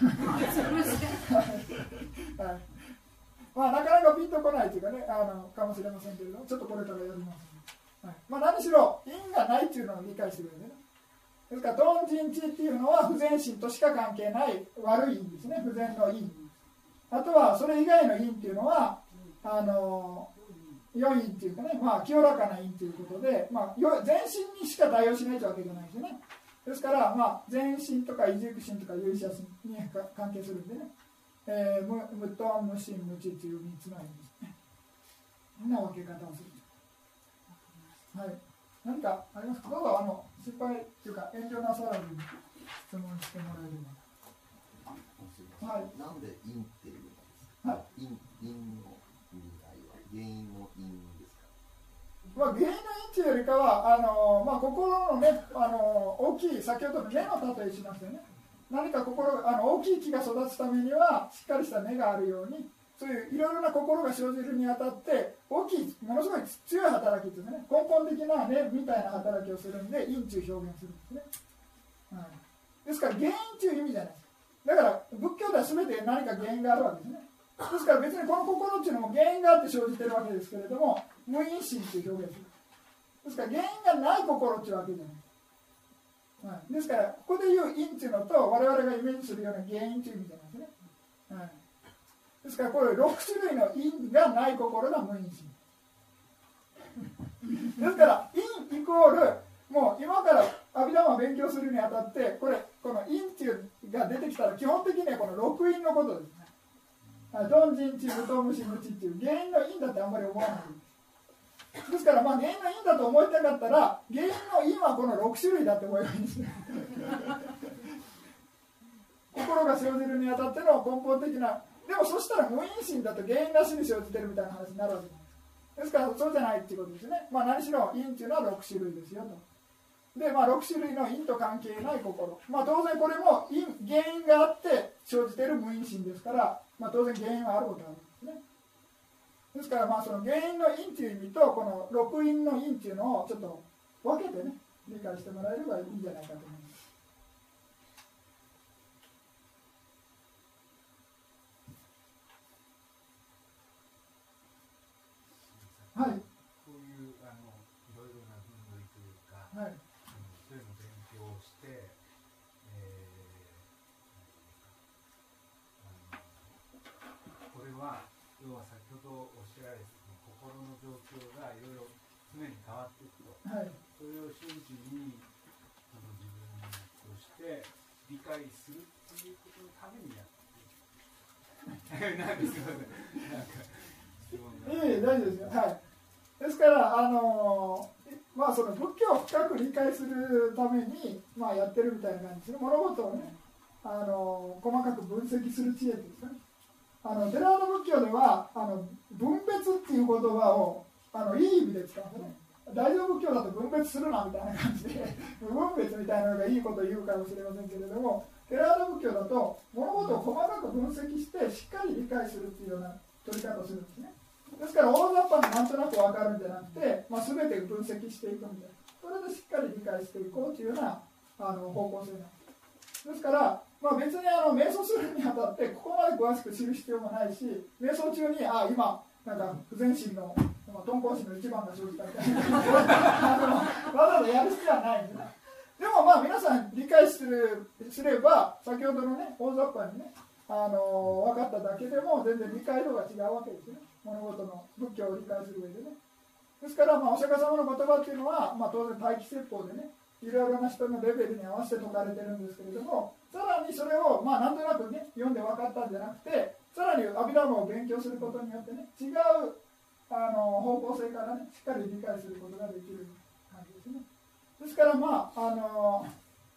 はい、まあなかなかピンとこないというかねあのかもしれませんけれども、ちょっとこれからやります、はい、まあ何しろ因がないというのを理解してくれるね。ですから頓人知っていうのは不全心としか関係ない悪い因ですね。不全の因、あとはそれ以外の因っていうのはあの良い因っていうかね、まあ、清らかな因ということで、まあ、全身にしか対応しないというわけじゃないですよね。ですから、まあ、全身とか異軸心とか有者心に関係するんでね、えー、無無頓無心無知というみっつの因ですね。こんな分け方をする。はい。何かありますか？どうぞあの失敗というか遠慮なさらずに質問してもらえれば。はい。 なんで因っていうのですか？はい。因因の原因の因ですか？ まあ、原因の因というよりかはあの、まあ、心のねあの大きい先ほどの根の例えしましたよね。何か心あの大きい木が育つためにはしっかりした根があるように、そういういろいろな心が生じるにあたって大きいものすごい強い働きというかね、根本的な根みたいな働きをするんで因という表現するんですね、はい、ですから原因という意味じゃないです。だから仏教では全て何か原因があるわけですね。ですから別にこの心っていうのも原因があって生じてるわけですけれども、無因心という表現する。ですから原因がない心っていうわけじゃない、はい、ですからここで言う因っていうのと我々がイメージするような原因という意味じゃないですね、はい、ですからこれろく種類の因がない心が無因心ですから因イコールもう今から阿弥陀を勉強するにあたってこれこの因っていうが出てきたら基本的にはこの六因のことですね。頓人知無頓無心無知っていう原因の因だってあんまり思わない。ですからまあ原因の因だと思いたかったら原因の因はこのろく種類だって思えばいいんですね心が生じるにあたっての根本的な、でもそしたら無因心だと原因なしに生じてるみたいな話になるわけです。ですからそうじゃないっていうことですね。まあ何しろ因っていうのはろく種類ですよと。でまあろく種類の因と関係ない心、まあ当然これも因原因があって生じている無因心ですから、まあ、当然原因はあることがあるんですね。ですからまあその原因の因という意味とこの六因の因というのをちょっと分けてね理解してもらえればいいんじゃないかと思います。はい。 こういうあのいろいろな分類というか、 はい、 とは先ほどおっしゃられた心の状況がいろいろ常に変わっていくと、はい、それを瞬時にあの自分として理解するっていうことのためにやっているなんですけどね、なんか質問が。 いえいえ、大丈夫ですよ。はい。ですからあのまあその仏教を深く理解するためにまあやってるみたいな感じですね。物事をね、あの細かく分析する知恵ですね。あのテラワード仏教ではあの分別っていう言葉をあのいい意味で使うんですね。大乗仏教だと分別するなみたいな感じで分別みたいなのがいいことを言うかもしれませんけれども、テラワード仏教だと物事を細かく分析してしっかり理解するっていうような取り方をするんですね。ですから大雑把になんとなく分かるんじゃなくて、まあ、全て分析していくみたいな、それでしっかり理解していこうというようなあの方向性なんです。ですから、まあ、別にあの瞑想するにあたってここまで詳しく知る必要もないし、瞑想中にあ今なんか不全心の鈍行心の一番が生じたみたいなわざわざやる必要はないんですね。でもまあ皆さん理解するすれば先ほどのね大雑把にねあの分かっただけでも全然理解度が違うわけですよね。物事の仏教を理解する上でね。ですから、まあ、お釈迦様の言葉っていうのは、まあ、当然待機説法でねいろいろな人のレベルに合わせて説かれてるんですけれども、さらにそれを、まあ、なんとなくね読んで分かったんじゃなくて、さらにアビダムを勉強することによってね違うあの方向性からねしっかり理解することができる感じですね。ですからまああの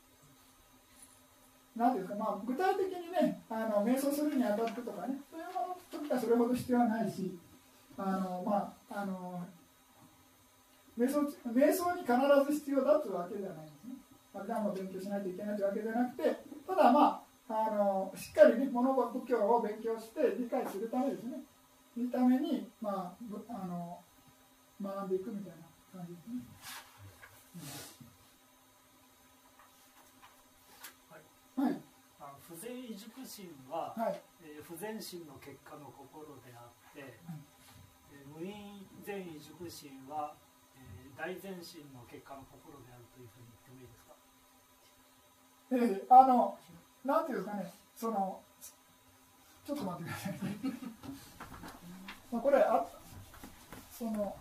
なんていうか、まあ、具体的にねあの瞑想するにあたってとかねそういうものときはそれほど必要はないし、あのまああの瞑想瞑想に必ず必要だというわけではないんですね。アビダムを勉強しないといけないというわけではなくて、ただまああのしっかりね物事仏教を勉強して理解するためですねのために、まあ、あの学んでいくみたいな感じですね。うん、はい。はい、 あの不全異熟心は、はい、えー、不全心の結果の心であって、はい、えー、無因全異熟心は、えー、大全心の結果の心であるというふうに言ってもいいですか。 えー、あのなんていうんですかね、そのちょっと待ってくださいね。まあこれあその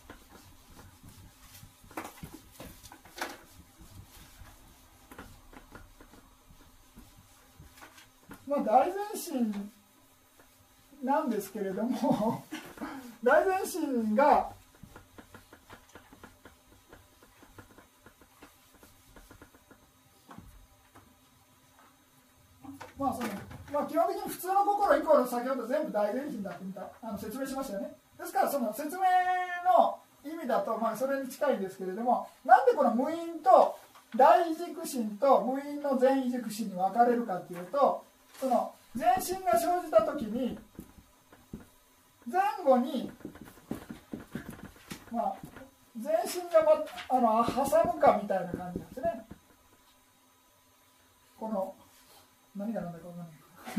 まあ大全心なんですけれども大全心がまあそのまあ、基本的に普通の心イコール先ほど全部大全心だってあの説明しましたよね。ですからその説明の意味だと、まあ、それに近いんですけれども、なんでこの無因と大軸心と無因の全異軸心に分かれるかっていうと、その全心が生じた時に前後に、まあ、全身が、ま、あの挟むかみたいな感じなんですね。この何が何だか分からない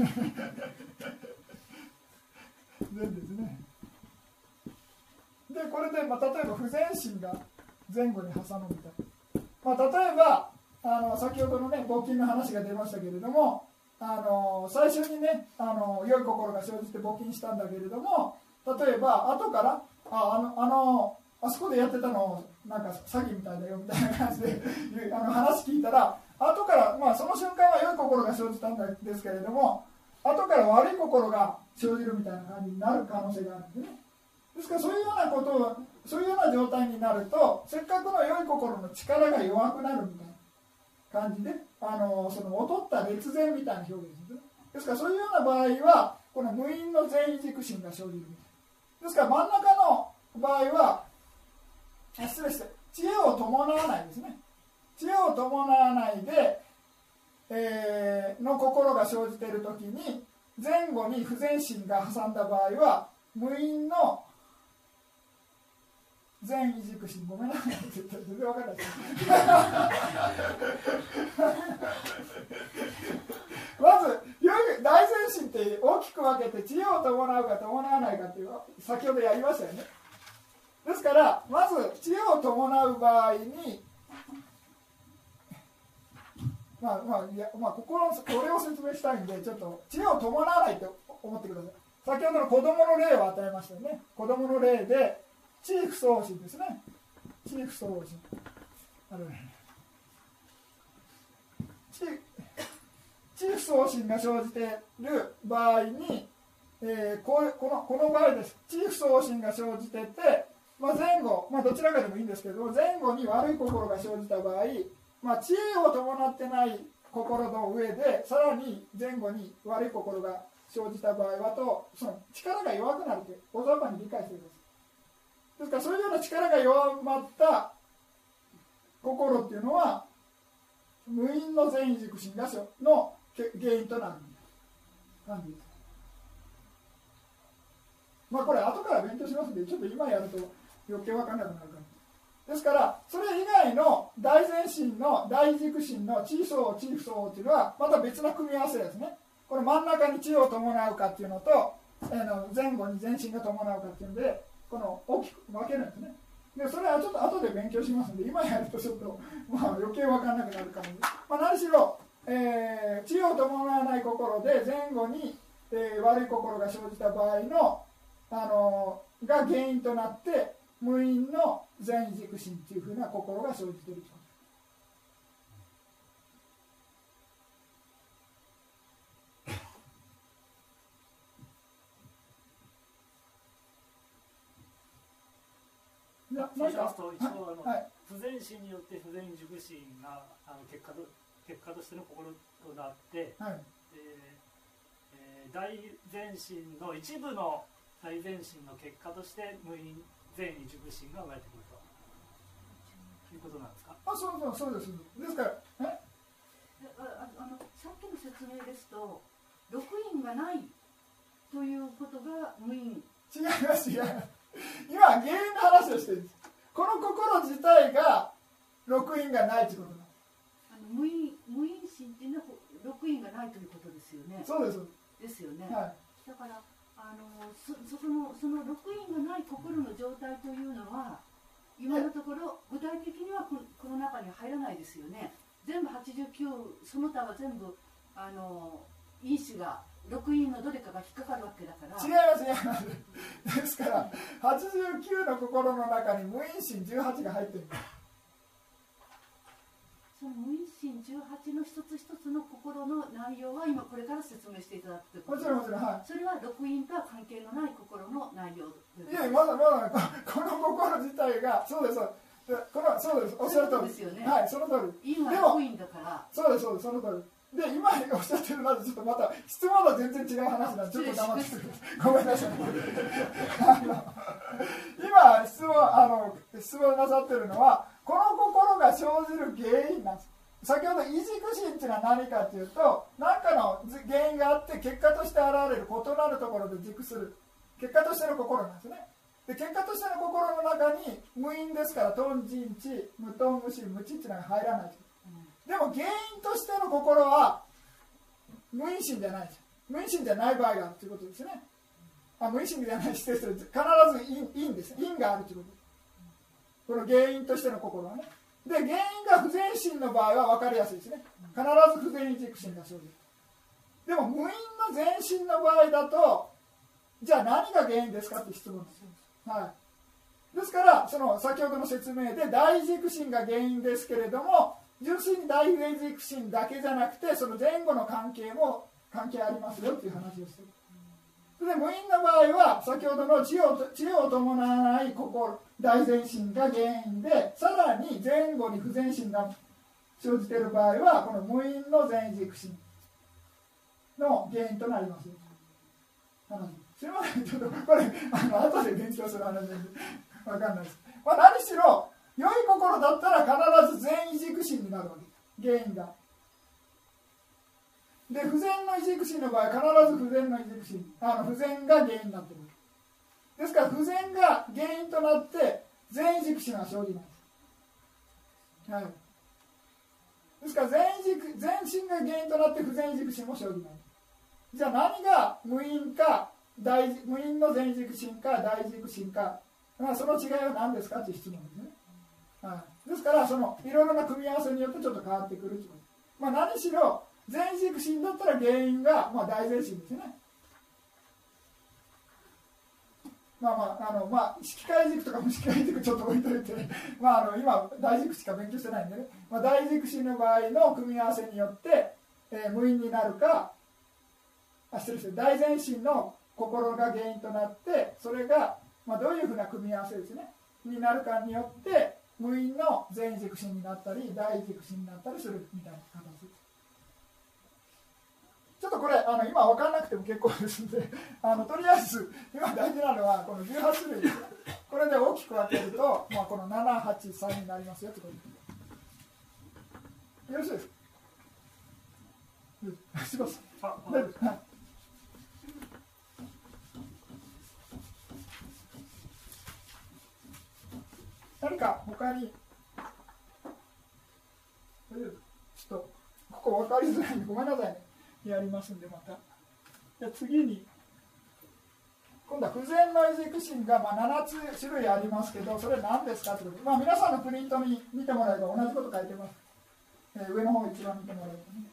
全ですね。でこれで、まあ、例えば不全心が前後に挟むみたいな、まあ、例えばあの先ほどのね募金の話が出ましたけれども、あの最初にねあの良い心が生じて募金したんだけれども、例えば後からああのあのあそこでやってたのなんか詐欺みたいだよみたいな感じであの話聞いたら、後から、まあ、その瞬間は良い心が生じたんですけれども、後から悪い心が生じるみたいな感じになる可能性があるんですね。ですからそういうようなことをそういうような状態になると、せっかくの良い心の力が弱くなるみたいな感じで、あのその劣った劣善みたいな表現ですね。ですからそういうような場合はこの無因の全異軸心が生じるみたいな。ですから真ん中の場合は失礼して知恵を伴わないですね。知恵を伴わないで、えー、の心が生じているときに前後に不全心が挟んだ場合は無因の全異軸心、ごめんなさい全然分からないまず大全心って大きく分けて知恵を伴うか伴わないかっていう先ほどやりましたよね。ですからまず知恵を伴う場合にまあまあいやまあここのこれを説明したいんで、ちょっと知恵を伴わないと思ってください。 先ほどの子供の例を与えましたよね。子供の例で地域送信ですね。地域送信あるね。地域送信が生じている場合に、えー、こ, うこ, のこの場合です。地域送信が生じてて、まあ、前後、まあ、どちらかでもいいんですけど、前後に悪い心が生じた場合、まあ、知恵を伴ってない心の上でさらに前後に悪い心が生じた場合はと、その力が弱くなると大雑把に理解しています。ですからそういうような力が弱まった心っていうのは無因の善意軸心がの原因となる感じです。まあこれ後から勉強しますのでちょっと今やると余計分からなくなるから。ですからそれ以外の大善心の大軸心の地相地不相っていうのはまた別な組み合わせですね。これ真ん中に地を伴うかっていうのと前後に善心が伴うかっていうのでこの大きく分けるんですね。でそれはちょっと後で勉強しますので今やるとちょっと、まあ、余計分からなくなるかも、まあ、何しろ、えー、知を伴わない心で前後に、えー、悪い心が生じた場合の、あのー、が原因となって無因の善意軸心というふうな心が生じていると。 そうしますと一応あの、はい、不全心によって不全軸心があの結果と結果としての心となって、はい、えーえー、大善心の一部の大善心の結果として無因善意軸心が生まれてくるということなんですか。 あ、そうそうそうです。ですからえああのさっきの説明ですと六因がないということが無因。 違います違います。今原因の話をしてるんです。この心自体が六因がないということなんです。 あの無因無因心っていうのは六因がないということですよね。 そうですですよね、 はい、 だからあの そ, そ, のその六因がない心の状態というのは今のところ具体的には こ, この中に入らないですよね。全部はちじゅうきゅうその他は全部あの因子が六因のどれかが引っかかるわけだから。 違います違います。ですからはちじゅうきゅうの心の中に無因心じゅうはちが入ってるんです。 その無因心じゅうはちの一つ一つの心の内容は今これから説明していただくということ。 もちろんもちろん、はい、 それは六因とは関係のない心の内容。 いやまだまだこの心自体がそうですそうです。このそうですおっしゃる通りですよね。はい、その通り。 因は六因だから。 そうですそうですその通り。で今おっしゃってるのはちょっとまた質問は全然違う話なんでちょっと黙ってください。ごめんなさい。今質問あの質問なさってるのはこの心が生じる原因なんです。先ほど異軸心っていうのは何かというと何かの原因があって結果として現れる異なるところで軸する結果としての心なんですね。で結果としての心の中に無因ですから頓人知無頓無心無知っていうのが入らない。でも原因としての心は無因心じゃないです。無因心じゃない場合があるということですね。あ無因心じゃない失礼する必ず因、因です。因があるということです。この原因としての心はね。で原因が不全心の場合は分かりやすいですね。必ず不全軸心が生じる。でも無因の全心の場合だとじゃあ何が原因ですかって質問です。はい、ですからその先ほどの説明で大軸心が原因ですけれども純粋に大軸心だけじゃなくてその前後の関係も関係ありますよっていう話をしている。で無因の場合は先ほどの知を知を伴わない心大善心が原因でさらに前後に不全心が生じている場合はこの無因の全軸心の原因となりますよ。すみませんちょっとこれあの後で勉強する話で分かんないです。まあ、何しろ良い心だったら必ず全異軸心になるわけ原因が。で不全の異軸心の場合は必ず不全の異軸心あの不全が原因になっている。ですから不全が原因となって全異軸心は生じないです、はい、ですから全異軸全心が原因となって不全異軸心も生じない。じゃあ何が無因か大無因の全軸心か大軸心か、まあ、その違いは何ですかという質問ですね。はい、ですからそのいろいろな組み合わせによってちょっと変わってくる、まあ、何しろ全軸心だったら原因が、まあ、大全心ですね。 まあまああのまあ色界軸とか無色界軸ちょっと置いといてまああの今大軸しか勉強してないんでね、まあ、大軸心の場合の組み合わせによって、えー、無因になるか、あ失礼して大前心の心が原因となってそれが、まあ、どういうふうな組み合わせですねになるかによって無因の前軸心になったり大軸心になったりするみたいな形です。ちょっとこれあの今分からなくても結構ですのであのとりあえず今大事なのはこのじゅうはち種類ですね。これで大きく分けると、まあ、このななはちさんになりますよってことでよろしいですか。しますあ大丈夫です、はい、何か他に大丈夫です。ちょっとここ分かりづらいんでごめんなさいね。やりますんでまた。じゃあ次に今度は不全の異軸心がまあななつ種類ありますけどそれ何ですかということで、まあ、皆さんのプリントに見てもらえば同じこと書いてます、えー、上の方一番見てもらえばね。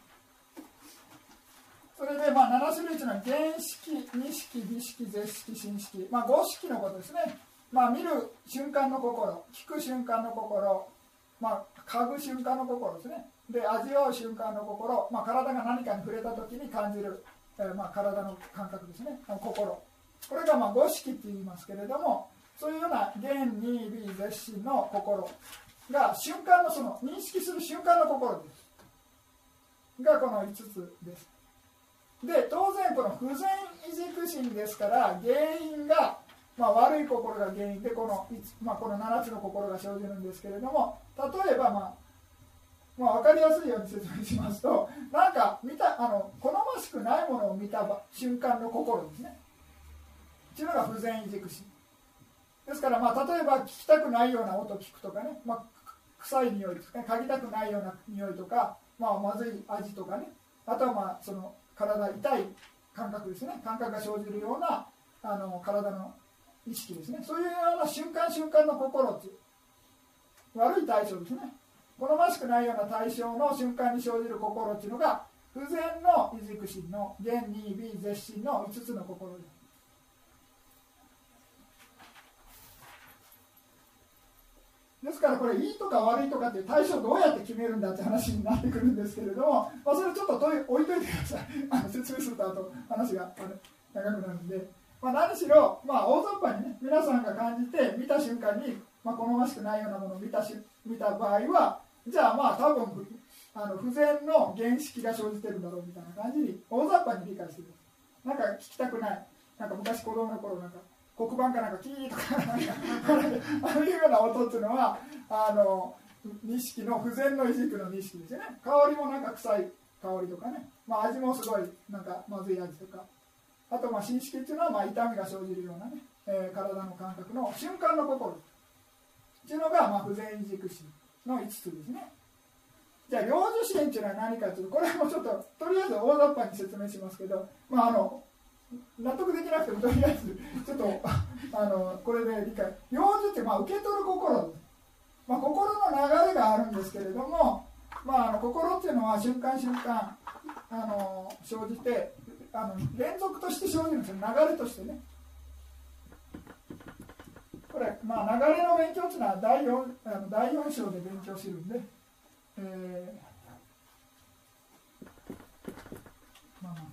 それでまあなな種類というのは原式、二式、美式、絶式、心式、まあ、ご式のことですね。まあ、見る瞬間の心、聞く瞬間の心、まあ、嗅ぐ瞬間の心ですね。で味わう瞬間の心、まあ、体が何かに触れた時に感じる、えー、まあ体の感覚ですね、心、これがまあ五識って言いますけれども、そういうような原二美絶心の心が瞬間のその認識する瞬間の心ですがこのいつつです。で当然この不全異軸心ですから原因が、まあ、悪い心が原因でこの、まあ、このななつの心が生じるんですけれども、例えばまあまあ、分かりやすいように説明しますと、なんか見たあの好ましくないものを見た瞬間の心ですね。というのが不全異軸心ですから、まあ、例えば聞きたくないような音を聞くとかね、まあ、臭い匂いとか、ね、嗅ぎたくないような匂いとか、まあ、まずい味とかね、あとはまあその体痛い感覚ですね、感覚が生じるようなあの体の意識ですね、そういうような瞬間瞬間の心っていう悪い対象ですね。好ましくないような対象の瞬間に生じる心っていうのが不全の異軸心の原二美絶心のいつつの心です。ですからこれいいとか悪いとかっていう対象をどうやって決めるんだって話になってくるんですけれども、まあ、それちょっと置いといてくださいあの説明するとあと話が長くなるんで、まあ、何しろ、まあ、大雑把にね皆さんが感じて見た瞬間に、まあ、好ましくないようなものを見たし見た場合はじゃあまあ多分あの不全の原式が生じてるんだろうみたいな感じに大雑把に理解してください。なんか聞きたくない、なんか昔子供の頃なんか黒板かなんかキーとかなんかああいうような音っていうのはあの錦の不全の異軸の錦ですよね。香りもなんか臭い香りとかね、まあ、味もすごいなんかまずい味とか、あとまあ心式っていうのはまあ痛みが生じるようなね、えー、体の感覚の瞬間の心っていうのがまあ不全異軸心のいつつですね。じゃあ領受心っていうのは何かというと、これもちょっととりあえず大雑把に説明しますけど、まああの納得できなくてもとりあえずちょっとあのこれで理解、領受ってまあ受け取る心です。まあ、心の流れがあるんですけれども、まあ、あの心っていうのは瞬間瞬間あの生じてあの連続として生じるんですよ、流れとしてね。これ、まあ、流れの勉強っていうのはだいよん、あのだいよん章で勉強してるんで、えー、まあまあ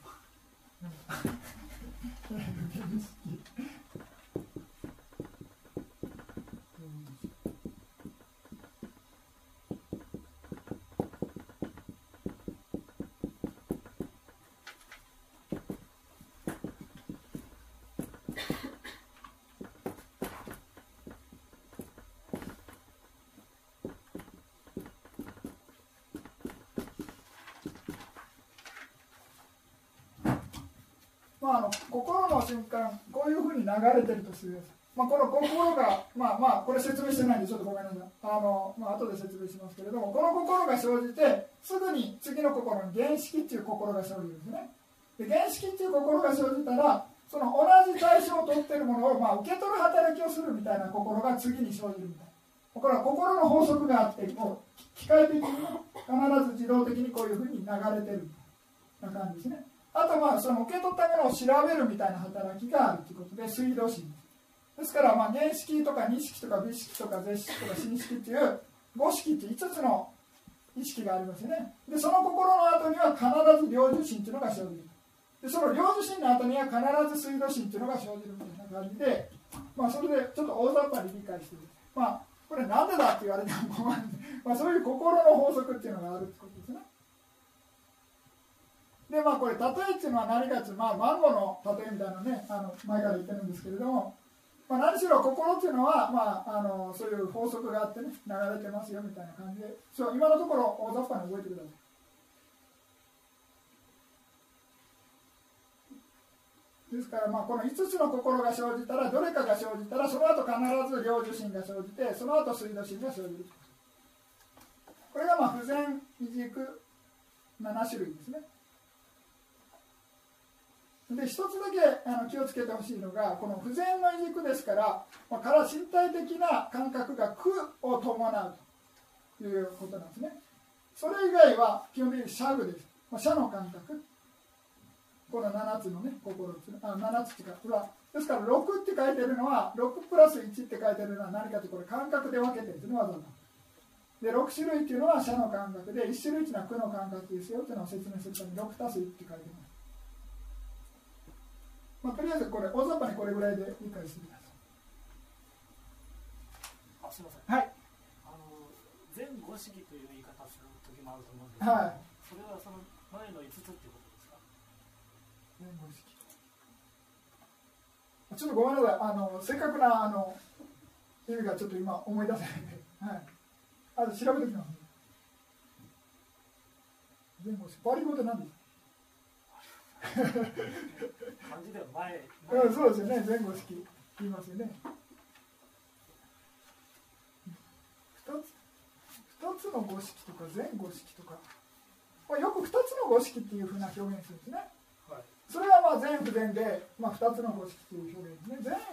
まあ、あの心の瞬間、こういうふうに流れてるとする、まあ、この心が、まあまあ、これ説明してないんで、ちょっとごめんなさい、あの、まあ後で説明しますけれども、この心が生じて、すぐに次の心に原式っていう心が生じるんですね。で原式っていう心が生じたら、その同じ対象を取っているものを、まあ、受け取る働きをするみたいな心が次に生じるみたいな。これは心の法則があって、こう機械的に必ず自動的にこういうふうに流れてるみたいな感じですね。あとまあその受け取ったものを調べるみたいな働きがあるということで水道心です。 ですから、まあ、原式とか二式とか美式とか絶式とか心式っていう五式っていういつつの意識がありますよね。でその心の後には必ず領受心っていうのが生じる。でその領受心の後には必ず水道心っていうのが生じるみたいな感じで、まあ、それでちょっと大雑把に理解している。まあこれなんでだって言われても困るんで、まあ、そういう心の法則っていうのがあるってことですね。でまあこれ例えっていうのは何かっていうと、まあ、マンゴーの例えみたいなね、あの前から言ってるんですけれども、まあ、何しろ心っていうのは、まあ、あのそういう法則があってね、流れてますよみたいな感じで、そう今のところ大雑把に覚えてください。ですから、まあ、このいつつの心が生じたら、どれかが生じたら、その後必ず領受心が生じて、その後水道心が生じる。これがまあ不全異軸なな種類ですね。で一つだけあの気をつけてほしいのが、この不全の異軸ですから、まあ、から身体的な感覚が苦を伴うということなんですね。それ以外は基本的に謝具です。まあ、謝の感覚。このななつのね、心ですね。あ、ななつっていうか、ですからろくって書いてるのは、ろくプラスいちって書いてるのは何かというと、これ感覚で分けてるんですね、わざわざ。で、ろく種類っていうのは謝の感覚で、いち種類っていうのは苦の感覚ですよっていうのを説明するためにろくたすいちって書いてます。まあ、とりあえずこれ大雑把にこれぐらいで理解してください。 あ、すみません。 はい。 あの全五式という言い方する時もあると思うんですけど、はい、それはその前のいつつっていうことですか？ 全五式。ちょっとごめんなさい。あの正確なあの意味がちょっと今思い出せないんで、はい。あと調べておきます。全五式。パリ語って何ですか？ 漢字では前、 前うん、そうですよね、前後式言いますよね。ふたつ、ふたつの五式とか前後式とか、まあ、よくふたつの五式っていうふうな表現するんですね。はい、それはまあ全不全で、まあ、ふたつの五式という表現ですね。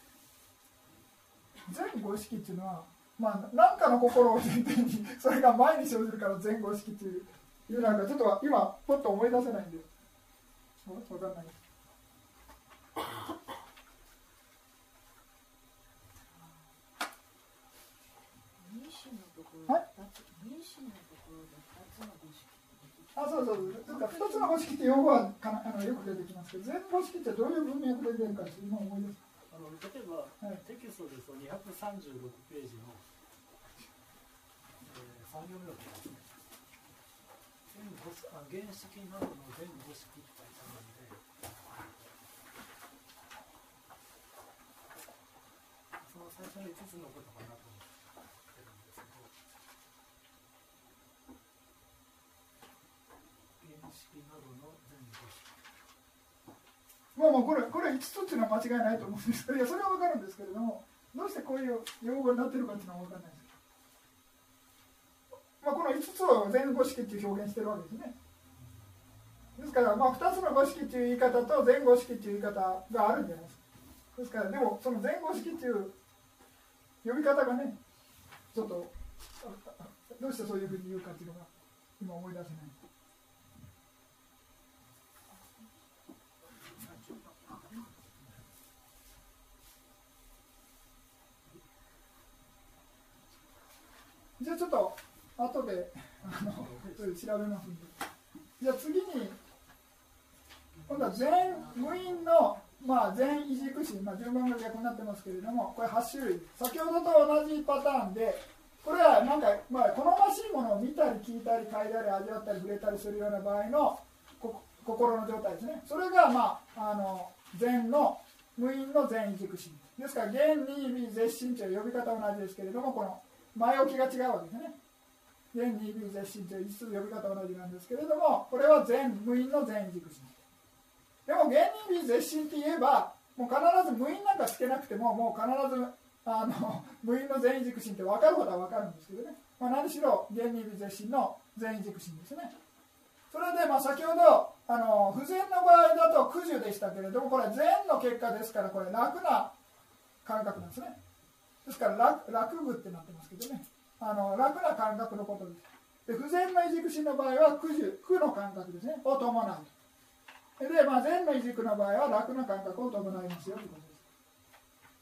全全五式っていうのは、まあ、何かの心を前提にそれが前に生じるから前後式っていう、いうなんかちょっと今ポッと思い出せないんです。わかんない。はい。あ、そうそう。だから二つの五式って用語はかなあのよく出てきますけど、全五式ってどういう文脈で出るか今思い出す。 あの例えば、はい、テキストですとにひゃくさんじゅうろくページの、えー、さん行目のところですね。原式などの全五式って書いてあるので、その最初のいつつのことかなと思ってるんですけど、原式などの全五式。 まあまあこれこれいつつっていうのは間違いないと思うんですけど、いやそれは分かるんですけれども、どうしてこういう用語になってるかっていうのは分からないです。まあ、このいつつを全五式っていう表現してるわけですね。ですから、まあ、ふたつの五式っていう言い方と全五式っていう言い方があるんじゃないですか。ですから、でもその全五式っていう呼び方がね、ちょっとどうしてそういうふうに言うかっていうのが今思い出せない。じゃあちょっと後であの調べますんで。じゃあ次に今度は全無因の、まあ、全異軸心、まあ、順番が逆になってますけれども、これはち種類。先ほどと同じパターンで、これはなんか、まあ、好ましいものを見たり聞いたり嗅いだり味わったり触れたりするような場合のこ心の状態ですね。それが、まあ、あの全の無因の全異軸心ですから、原二微絶心という呼び方は同じですけれども、この前置きが違うわけですね。原二微絶心という一つ呼び方は同じなんですけれども、これは全無因の全異軸心。でも原二微絶心って言えば、もう必ず無因なんかつけなくても、もう必ずあの無因の全異軸心って分かることは分かるんですけどね、まあ、何しろ原二微絶心の全異軸心ですね。それでまあ先ほどあの不全の場合だと苦樹でしたけれども、これは全の結果ですから、これ楽な感覚なんですね。ですから楽楽具ってなってますけどね、あの楽な感覚のことです。で不全の異軸心の場合は苦樹苦の感覚ですねを伴う。で、まあ、全の異軸の場合は楽な感覚を伴いますよということです。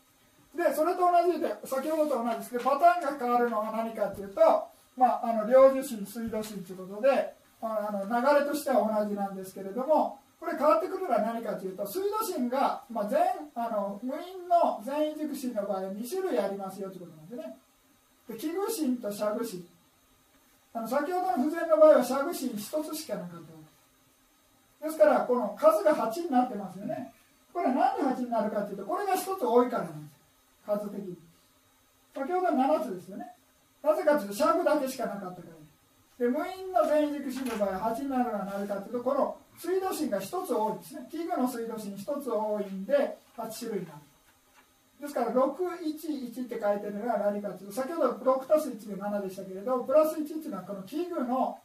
でそれと同じで先ほどと同じですけど、パターンが変わるのが何かというと、まあ、あの領受心水道心ということで、あの流れとしては同じなんですけれども、これ変わってくるのは何かというと、水道心が、まあ、全あの無因の全員軸心の場合はに種類ありますよということなんですね。で器具心と写具心、あの先ほどの不全の場合は写具心ひとつしかなかったわけですから、この数がはちになってますよね。これは何ではちになるかというと、これがひとつ多いからなんです、数的に。先ほどはななつですよね。なぜかというと写具だけしかなかったから。で無因の全員軸心の場合ははちになるのはなぜかというと、この水道心がひとつ多いですね。器具の水道心ひとつ多いんではち種類になる。ですからろくいちいちって書いてるのは何かというと、先ほどろくたすいちでななでしたけれど、プラスいちっていうのはこの器具の、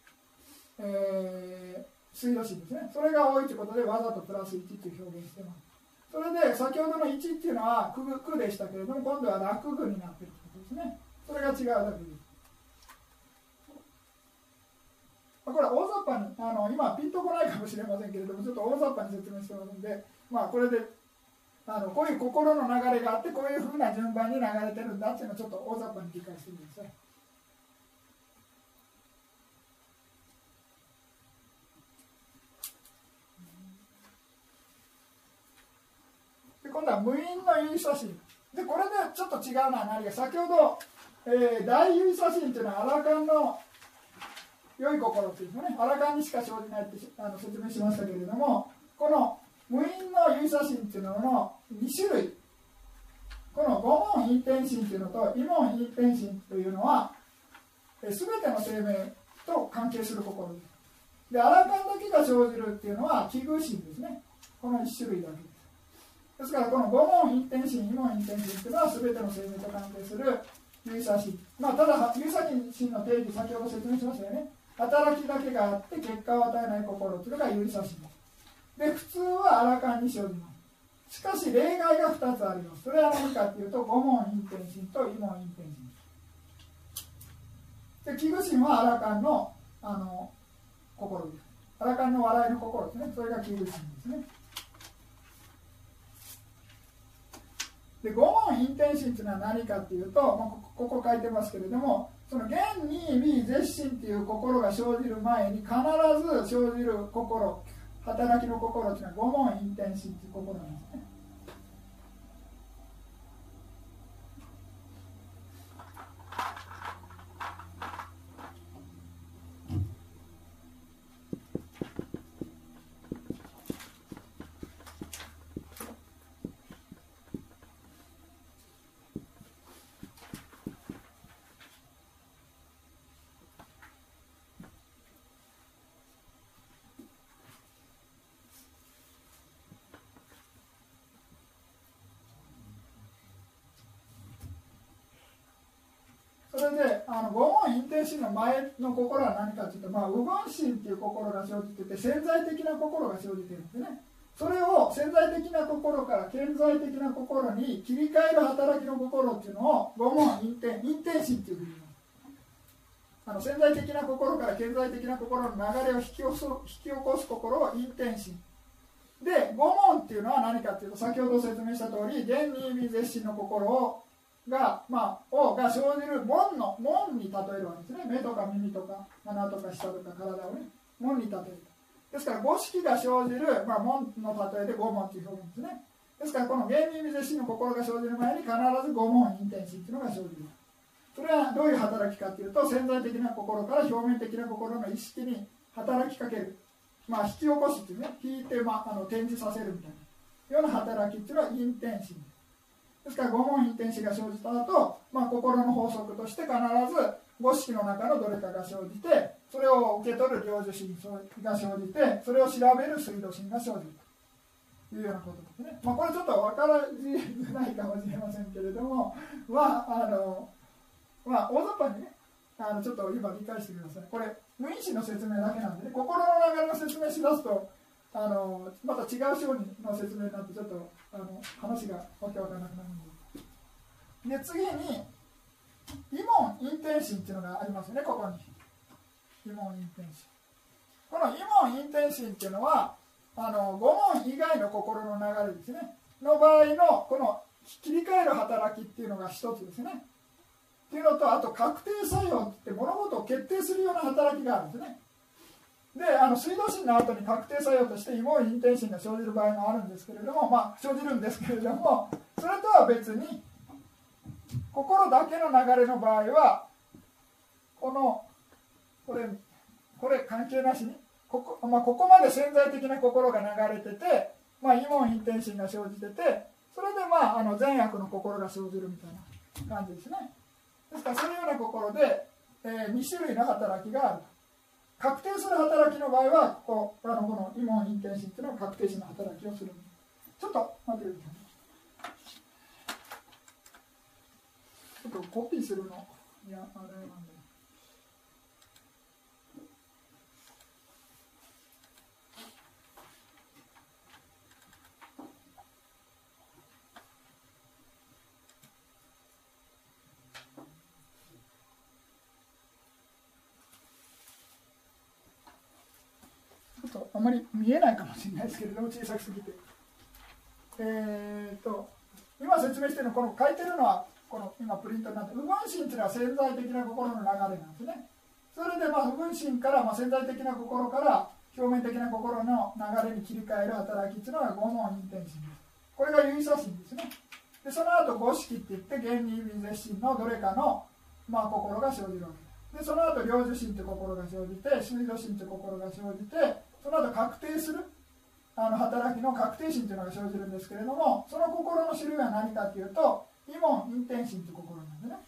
えー、水道心ですね。それが多いということでわざとプラスいちっていう表現してます。それで先ほどのいちっていうのは区具でしたけれども、今度は落具になっているということですね。それが違うだけです。これは大雑把にあの今ピンとこないかもしれませんけれども、ちょっと大雑把に説明してますので、まあ、これであのこういう心の流れがあって、こういうふうな順番に流れてるんだっていうのをちょっと大雑把に理解してください。で今度は無因の有差心で、これでちょっと違うのは何か、先ほど、えー、大有差心というのはアラカンの良い心というのね、アラカンにしか生じないってあの説明しましたけれども、この無因の有差心というののに種類、この五問因天心というのと異問因天心というのはえ全ての生命と関係する心です。でアラカンだけが生じるっていうのは器具心ですね。このいち種類だけです。ですからこの五問因天心異問因天心というのは全ての生命と関係する有差心、まあ、ただ有差心の定義先ほど説明しましたよね。働きだけがあって結果を与えない心というのが有差心です。で普通はアラカンに生じます。しかし例外がふたつあります。それは何かというと五問因天心と異問因天心で、器具心はアラカンの、あの心です。アラカンの笑いの心ですね。それが器具心ですね。で五問因天心というのは何かというと、まあ、ここ書いてますけれども、その現に微絶心という心が生じる前に必ず生じる心、働きの心というのは五問因天心という心なんですね。それであの五問因天心の前の心は何かというと、まあ、右言心という心が生じていて潜在的な心が生じているんですね。それを潜在的な心から顕在的な心に切り替える働きの心っていうのを五問因天因天心というふうに言います。あの潜在的な心から顕在的な心の流れを引き起こす、引き起こす心を因天心で、五問っていうのは何かというと、先ほど説明した通り現に微絶心の心をが、まあ、をが生じる門の門に例えるわけですね。目とか耳とか鼻とか舌とか体をね、門に例える。ですから五色が生じる、まあ、門の例えで五門という表現ですね。ですからこの現に微絶心の心が生じる前に必ず五問因天心というのが生じる。それはどういう働きかというと、潜在的な心から表面的な心の意識に働きかける、まあ、引き起こすっていうね、引いて、まあ、あの展示させるみたいなような働きっていうのは因天心です。ですから五問因天心が生じた後、まあ、心の法則として必ず五色の中のどれかが生じて、それを受け取る領受心が生じて、それを調べる水道心が生じるというようなことですね。まあ、これちょっと分からじづらいかもしれませんけれども、まああのまあ、大雑把にね、あのちょっと今理解してください。これ無因心の説明だけなんでね、心の流れの説明しだすとあのまた違う章の説明になってちょっとあの話がわけわからなくなるので、で次に異問因天心っていうのがありますね。ここに異問因天心、この異問因天心っていうのはあの五問以外の心の流れですねの場合のこの切り替える働きっていうのが一つですね。っていうのと、あと確定作用って物事を決定するような働きがあるんですね。で、あの水道心の後に確定作用として異門陰天心が生じる場合もあるんですけれども、まあ生じるんですけれども、それとは別に心だけの流れの場合はこのこれこれ関係なしにここ、まあ、ここまで潜在的な心が流れてて、まあ、異門陰天心が生じてて、それでまああの善悪の心が生じるみたいな感じですね。ですからそういうような心で、えー、に種類の働きがあると。確定する働きの場合はここあのこの異門陰天心というのは確定心の働きをする。ちょっと待ってください。ちょっとコピーするのいやあれなんで。あまり見えないかもしれないですけれども、小さくすぎて、えー、と今説明しているのこの書いてるのはこの今プリントになって、右分心というのは潜在的な心の流れなんですね。それでまあ右分心から、まあ、潜在的な心から表面的な心の流れに切り替える働きというのが五門陰天心です。これが唯差心ですね。でその後五識っていって元二微絶心のどれかの、まあ、心が生じるわけです。でその後領受心という心が生じて、水道心という心が生じて、その後確定するあの働きの確定心というのが生じるんですけれども、その心の種類は何かというと異門陰天心という心なんでね。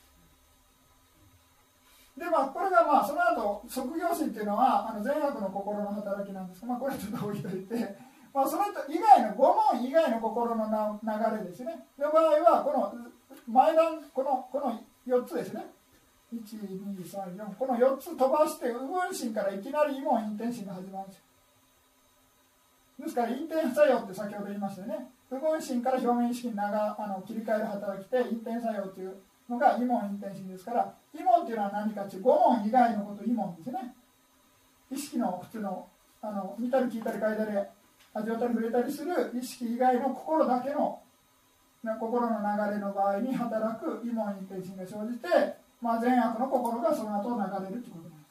でまあこれがまあその後職業心というのはあの善悪の心の働きなんですが、まあ、これちょっと置いといて、まあ、それと以外の五門以外の心のな流れですねの場合は、この前段このこのよっつですね、いちにさんよん、このよっつ飛ばして右分心からいきなり異門陰天心が始まるんですよ。ですから陰天作用って先ほど言いましたよね。右分心から表面意識に長あの切り替える働きで陰天作用というのが異門陰天心ですから、異門っていうのは何かという五門以外のこと異門ですね。意識の普通のあの見たり聞いたり嗅いだり味わったり触れたりする意識以外の心だけの心の流れの場合に働く異門陰天心が生じて、まあ、善悪の心がその後流れるということなんです。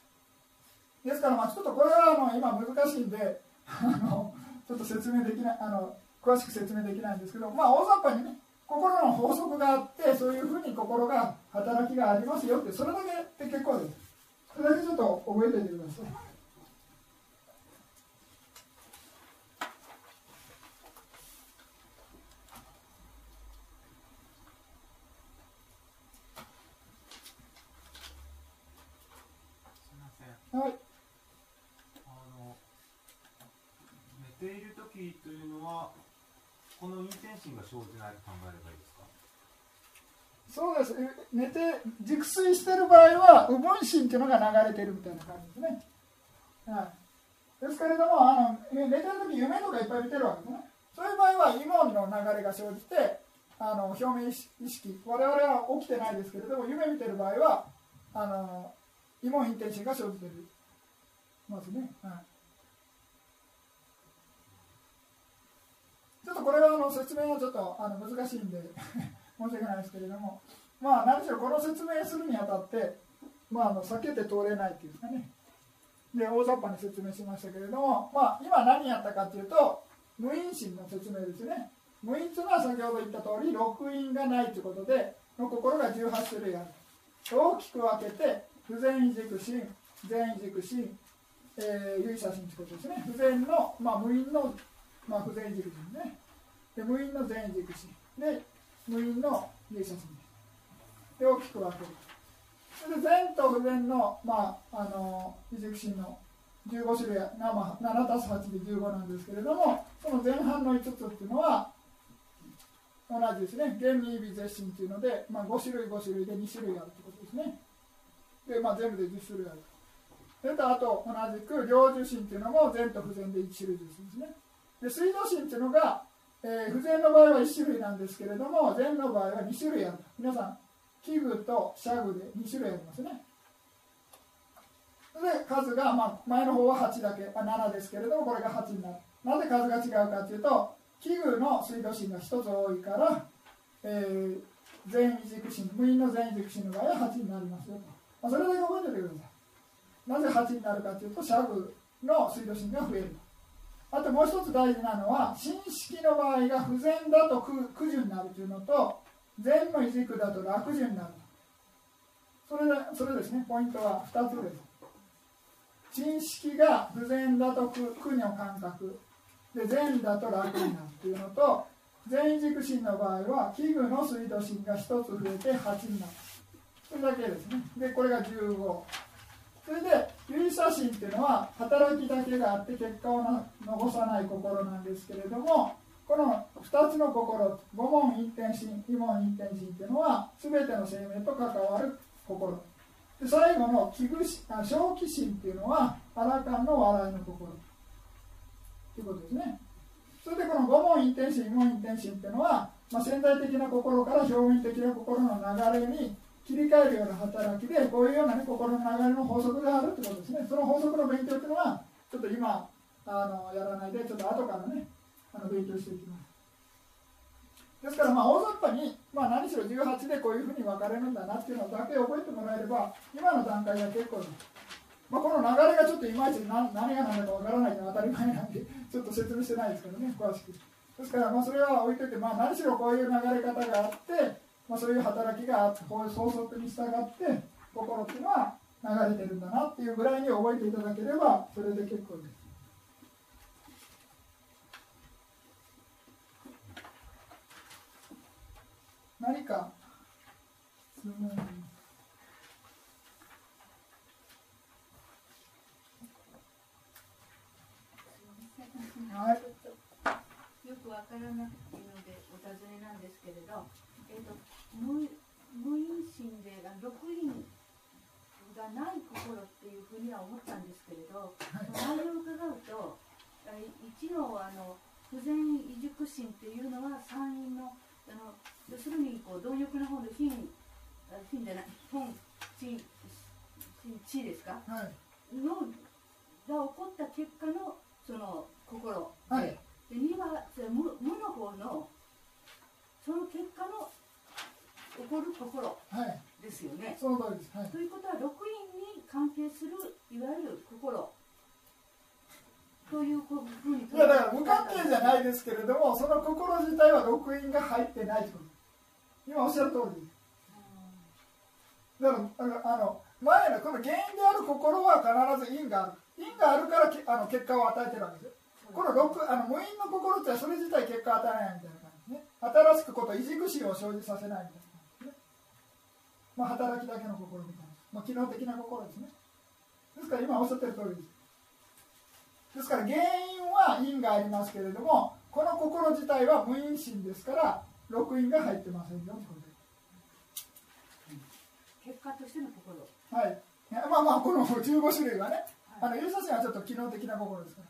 ですからまあちょっとこれはあの今難しいんであのちょっと説明できないあの詳しく説明できないんですけど、まあ大雑把にね心の法則があって、そういうふうに心が働きがありますよって、それだけで結構です。それだけちょっと覚えておいてください。はい、 あの寝ている時というのはこの陰天心が生じないと考えればいいですか？ そうです。寝て熟睡している場合は右分心というのが流れているみたいな感じですね。はい、ですけれどもあの寝てる時夢とかいっぱい見てるわけですね。そういう場合は異門の流れが生じて、あの表面意識、我々は起きてないですけれども夢見てる場合はあの異門陰天心が生じていますね。はい、ちょっとこれはあの説明はちょっとあの難しいんで申し訳ないですけれども、まあ何しろこの説明するにあたって、まあ、あの避けて通れないっていうんですかね。で大雑把に説明しましたけれども、まあ、今何やったかというと無因心の説明ですね。無因というのは先ほど言った通り六因がないということでの心がじゅうはち種類ある。大きく分けて不全異軸心、全異軸心、えー、唯差心ということですね。不全の、まあ、無因の、まあ、不全異軸心ね。で無因の全異軸心で無因の唯差心で大きく分ける。それで全と不全の、まあ、あの異軸心のじゅうご種類、まあ、ななたすはちでじゅうごなんですけれども、その前半のいつつっていうのは同じですね。元二微絶心っていうので、まあ、ご種類ご種類でに種類あるということですね。で、まあ、全部でじゅっ種類ある。それとあと同じく領受心っていうのも全と不全でいち種類ですね。で水道心っていうのが、えー、不全の場合はいち種類なんですけれども、全の場合はに種類ある。皆さん器具と社具でに種類ありますね。で数が、まあ、前の方ははちだけあななですけれども、これがはちになる。なぜ数が違うかというと、器具の水道心がひとつ多いから、 えー、全異軸心、無因の全異軸心の場合ははちになりますよと、まあ、それだけ覚えておいてください。なぜはちになるかというと、シャグの水道心が増えると。あともう一つ大事なのは、心式の場合が不全だと苦順になるというのと、全の異軸だと楽順になると。それで、それですね、ポイントはふたつです。心式が不全だと苦の感覚で、全だと楽になるというのと、全異軸心の場合は器具の水道心がひとつ増えてはちになる。それだけですね。で、これがじゅうご。それで有意差心っていうのは働きだけがあって結果を残さない心なんですけれども、このふたつの心、五問一点心、異問一点心っていうのは全ての生命と関わる心で、最後の器具あ正気心っていうのはアラカンの笑いの心ということですね。それでこの五問一点心、異問一点心っていうのは、まあ、潜在的な心から表面的な心の流れに切り替えるような働きで、こういうような、ね、心の流れの法則があるってことですね。その法則の勉強っていうのはちょっと今あのやらないで、ちょっと後からねあの勉強していきます。ですからまあ大雑把に、まあ、何しろじゅうはちでこういうふうに分かれるんだなっていうのだけ覚えてもらえれば今の段階が結構です。まあ、この流れがちょっといまいち 何, 何が何だか分からないのは当たり前なんでちょっと説明してないですけどね、詳しく。ですからまあそれは置いといて、まあ、何しろこういう流れ方があって、まあ、そういう働きがあって、こういう法則に従って心っていうのは流れてるんだなっていうぐらいに覚えていただければそれで結構です。何か質問？はい、 よくわからなくていいのでお尋ねなんですけれど、えーと、無, 無因心で六因がない心っていうふうには思ったんですけれど、内容を伺うと一のあの不全異熟心っていうのは三因のあの要するにこう貪欲な方の品品じゃない本地地ですか、 はい、 のが起こった結果のその心で、 はい、 でには無, 無の方のその結果の起こる心ですよね。 はい、その通りです。はい、 ということは六因に関係するいわゆる心というふうに。 いやだから無関係じゃないですけれども、その心自体は六因が入ってないということ。今おっしゃる通りです。だからあの前のこの原因である心は必ず因がある。因があるからあの結果を与えてるわけですよ。この六あの無因の心ってそれ自体結果を与えないみたいな感じですね。新しくこと異軸心を生じさせないみたいな感じですね。まあ働きだけの心みたいな、まあ、機能的な心ですね。ですから今おっしゃってる通りです。ですから原因は因がありますけれども、この心自体は無因心ですから六因が入ってませんよということです。 結果としての心。 はい。まあまあこのじゅうご種類はね、あの有差心はちょっと機能的な心ですから。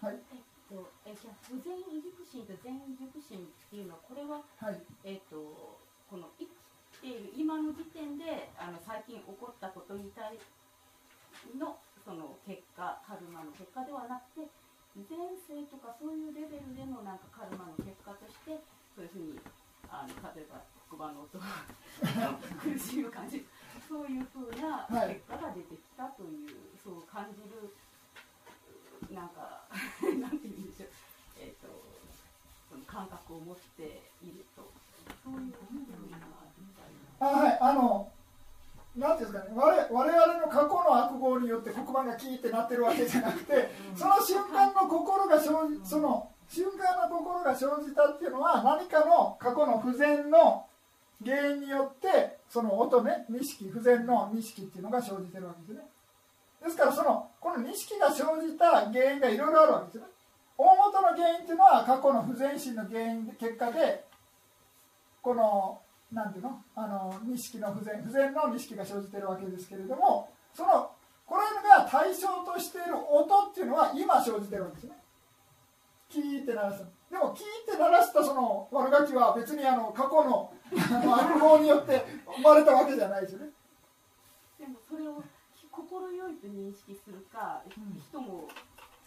はい。 えっと、えじゃあ不全異軸心と全異軸心っていうのはこれは、はい、えっとこの生きている今の時点であの最近起こったことに対のその結果カルマの結果ではなくて前世とかそういうレベルでのなんかカルマの結果としてそういうふうにあの例えば黒板の音が苦しみを感じるそういうふうな結果が出てきたという、はい、そう感じるなんかなんていうんでしょう、えーと、その感覚を持っているとそういうふうなあはいあのなんていうんですかね、我, 我々の過去の悪業によって黒板がキーってなってるわけじゃなくて、その瞬間の心が生じその瞬間の心が生じたっていうのは何かの過去の不全の原因によってその音ね認不全の認識っていうのが生じてるわけですね。ですからそのこの認識が生じた原因がいろいろあるわけですね。大元の原因っていうのは過去の不全心の原因で結果でこのなんていうのあの認識の不全不全の認識が生じているわけですけれども、そのこれが対象としている音っていうのは今生じているわけですね。キーって鳴らす。でもキーって鳴らしたその悪ガキは別にあの過去の悪業によって生まれたわけじゃないですよね。 でもそれを心よいと認識するか、うん、人も今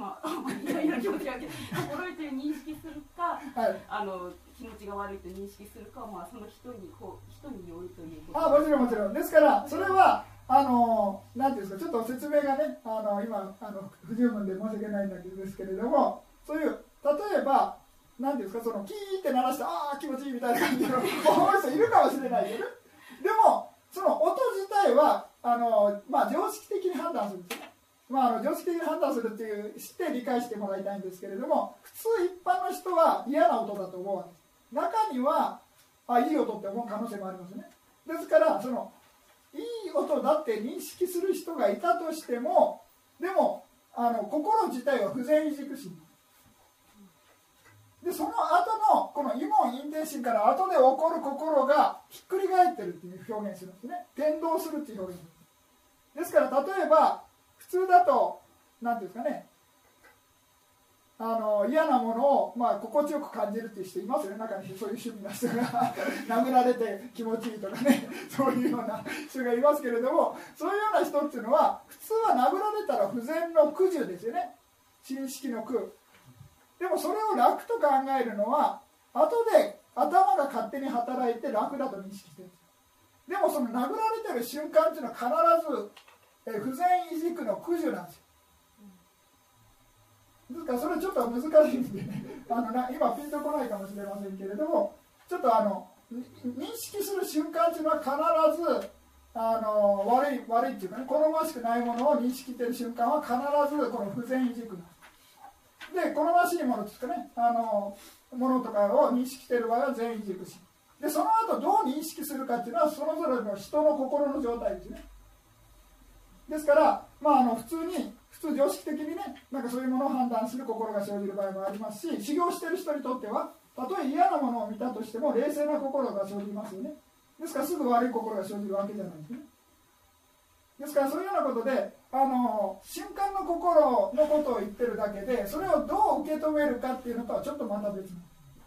まあいやいや気持ちが悪い心得という認識するか、はい、あの気持ちが悪いと認識するかは、まあ、その人にこう人によるということ。 あ、もちろんもちろん。ですからそれはあのなんていうんですか、ちょっと説明がね、あの今あの不十分で申し訳ないんだけどですけれども、そういう例えばなんていうんですか、そのキーって鳴らしてああ気持ちいいみたいな感じの思う人いるかもしれないけど、ね、でもその音自体はあの、まあ、常識的に判断するんですね。まあ、あの常識的に判断するっていうして理解してもらいたいんですけれども、普通一般の人は嫌な音だと思うわけです。中にはあいい音って思う可能性もありますね。ですからそのいい音だって認識する人がいたとしても、でもあの心自体は不全意軸心で、その後のこの異門陰天心から後で起こる心がひっくり返ってるっていう表現するんですね。転動するっていう表現する。ですから例えば普通だと何ていうんですかね、あの嫌なものを、まあ、心地よく感じるっていう人いますよね。中にそういう趣味な人が殴られて気持ちいいとかね、そういうような人がいますけれども、そういうような人っていうのは普通は殴られたら不全の苦樹ですよね。心識の苦。でもそれを楽と考えるのは後で頭が勝手に働いて楽だと認識してるんです。でもその殴られてる瞬間っていうのは必ずえ不全意軸の苦樹なんですよ。ですからそれちょっと難しいんで、ね、あのな今ピンとこないかもしれませんけれども、ちょっとあの認識する瞬間っていうのは必ずあの悪い悪いっていうかね、好ましくないものを認識している瞬間は必ずこの不全意軸なんです。で好ましいものですかね、あのものとかを認識している場合は全意軸心で、その後どう認識するかっていうのはそれぞれの人の心の状態ですね。ですから、まあ、あの普通に普通常識的にね、なんかそういうものを判断する心が生じる場合もありますし、修行している人にとってはたとえ嫌なものを見たとしても冷静な心が生じますよね。ですからすぐ悪い心が生じるわけじゃないですね。ですからそういうようなことで、あの瞬間の心のことを言ってるだけで、それをどう受け止めるかっていうのとはちょっとまた別の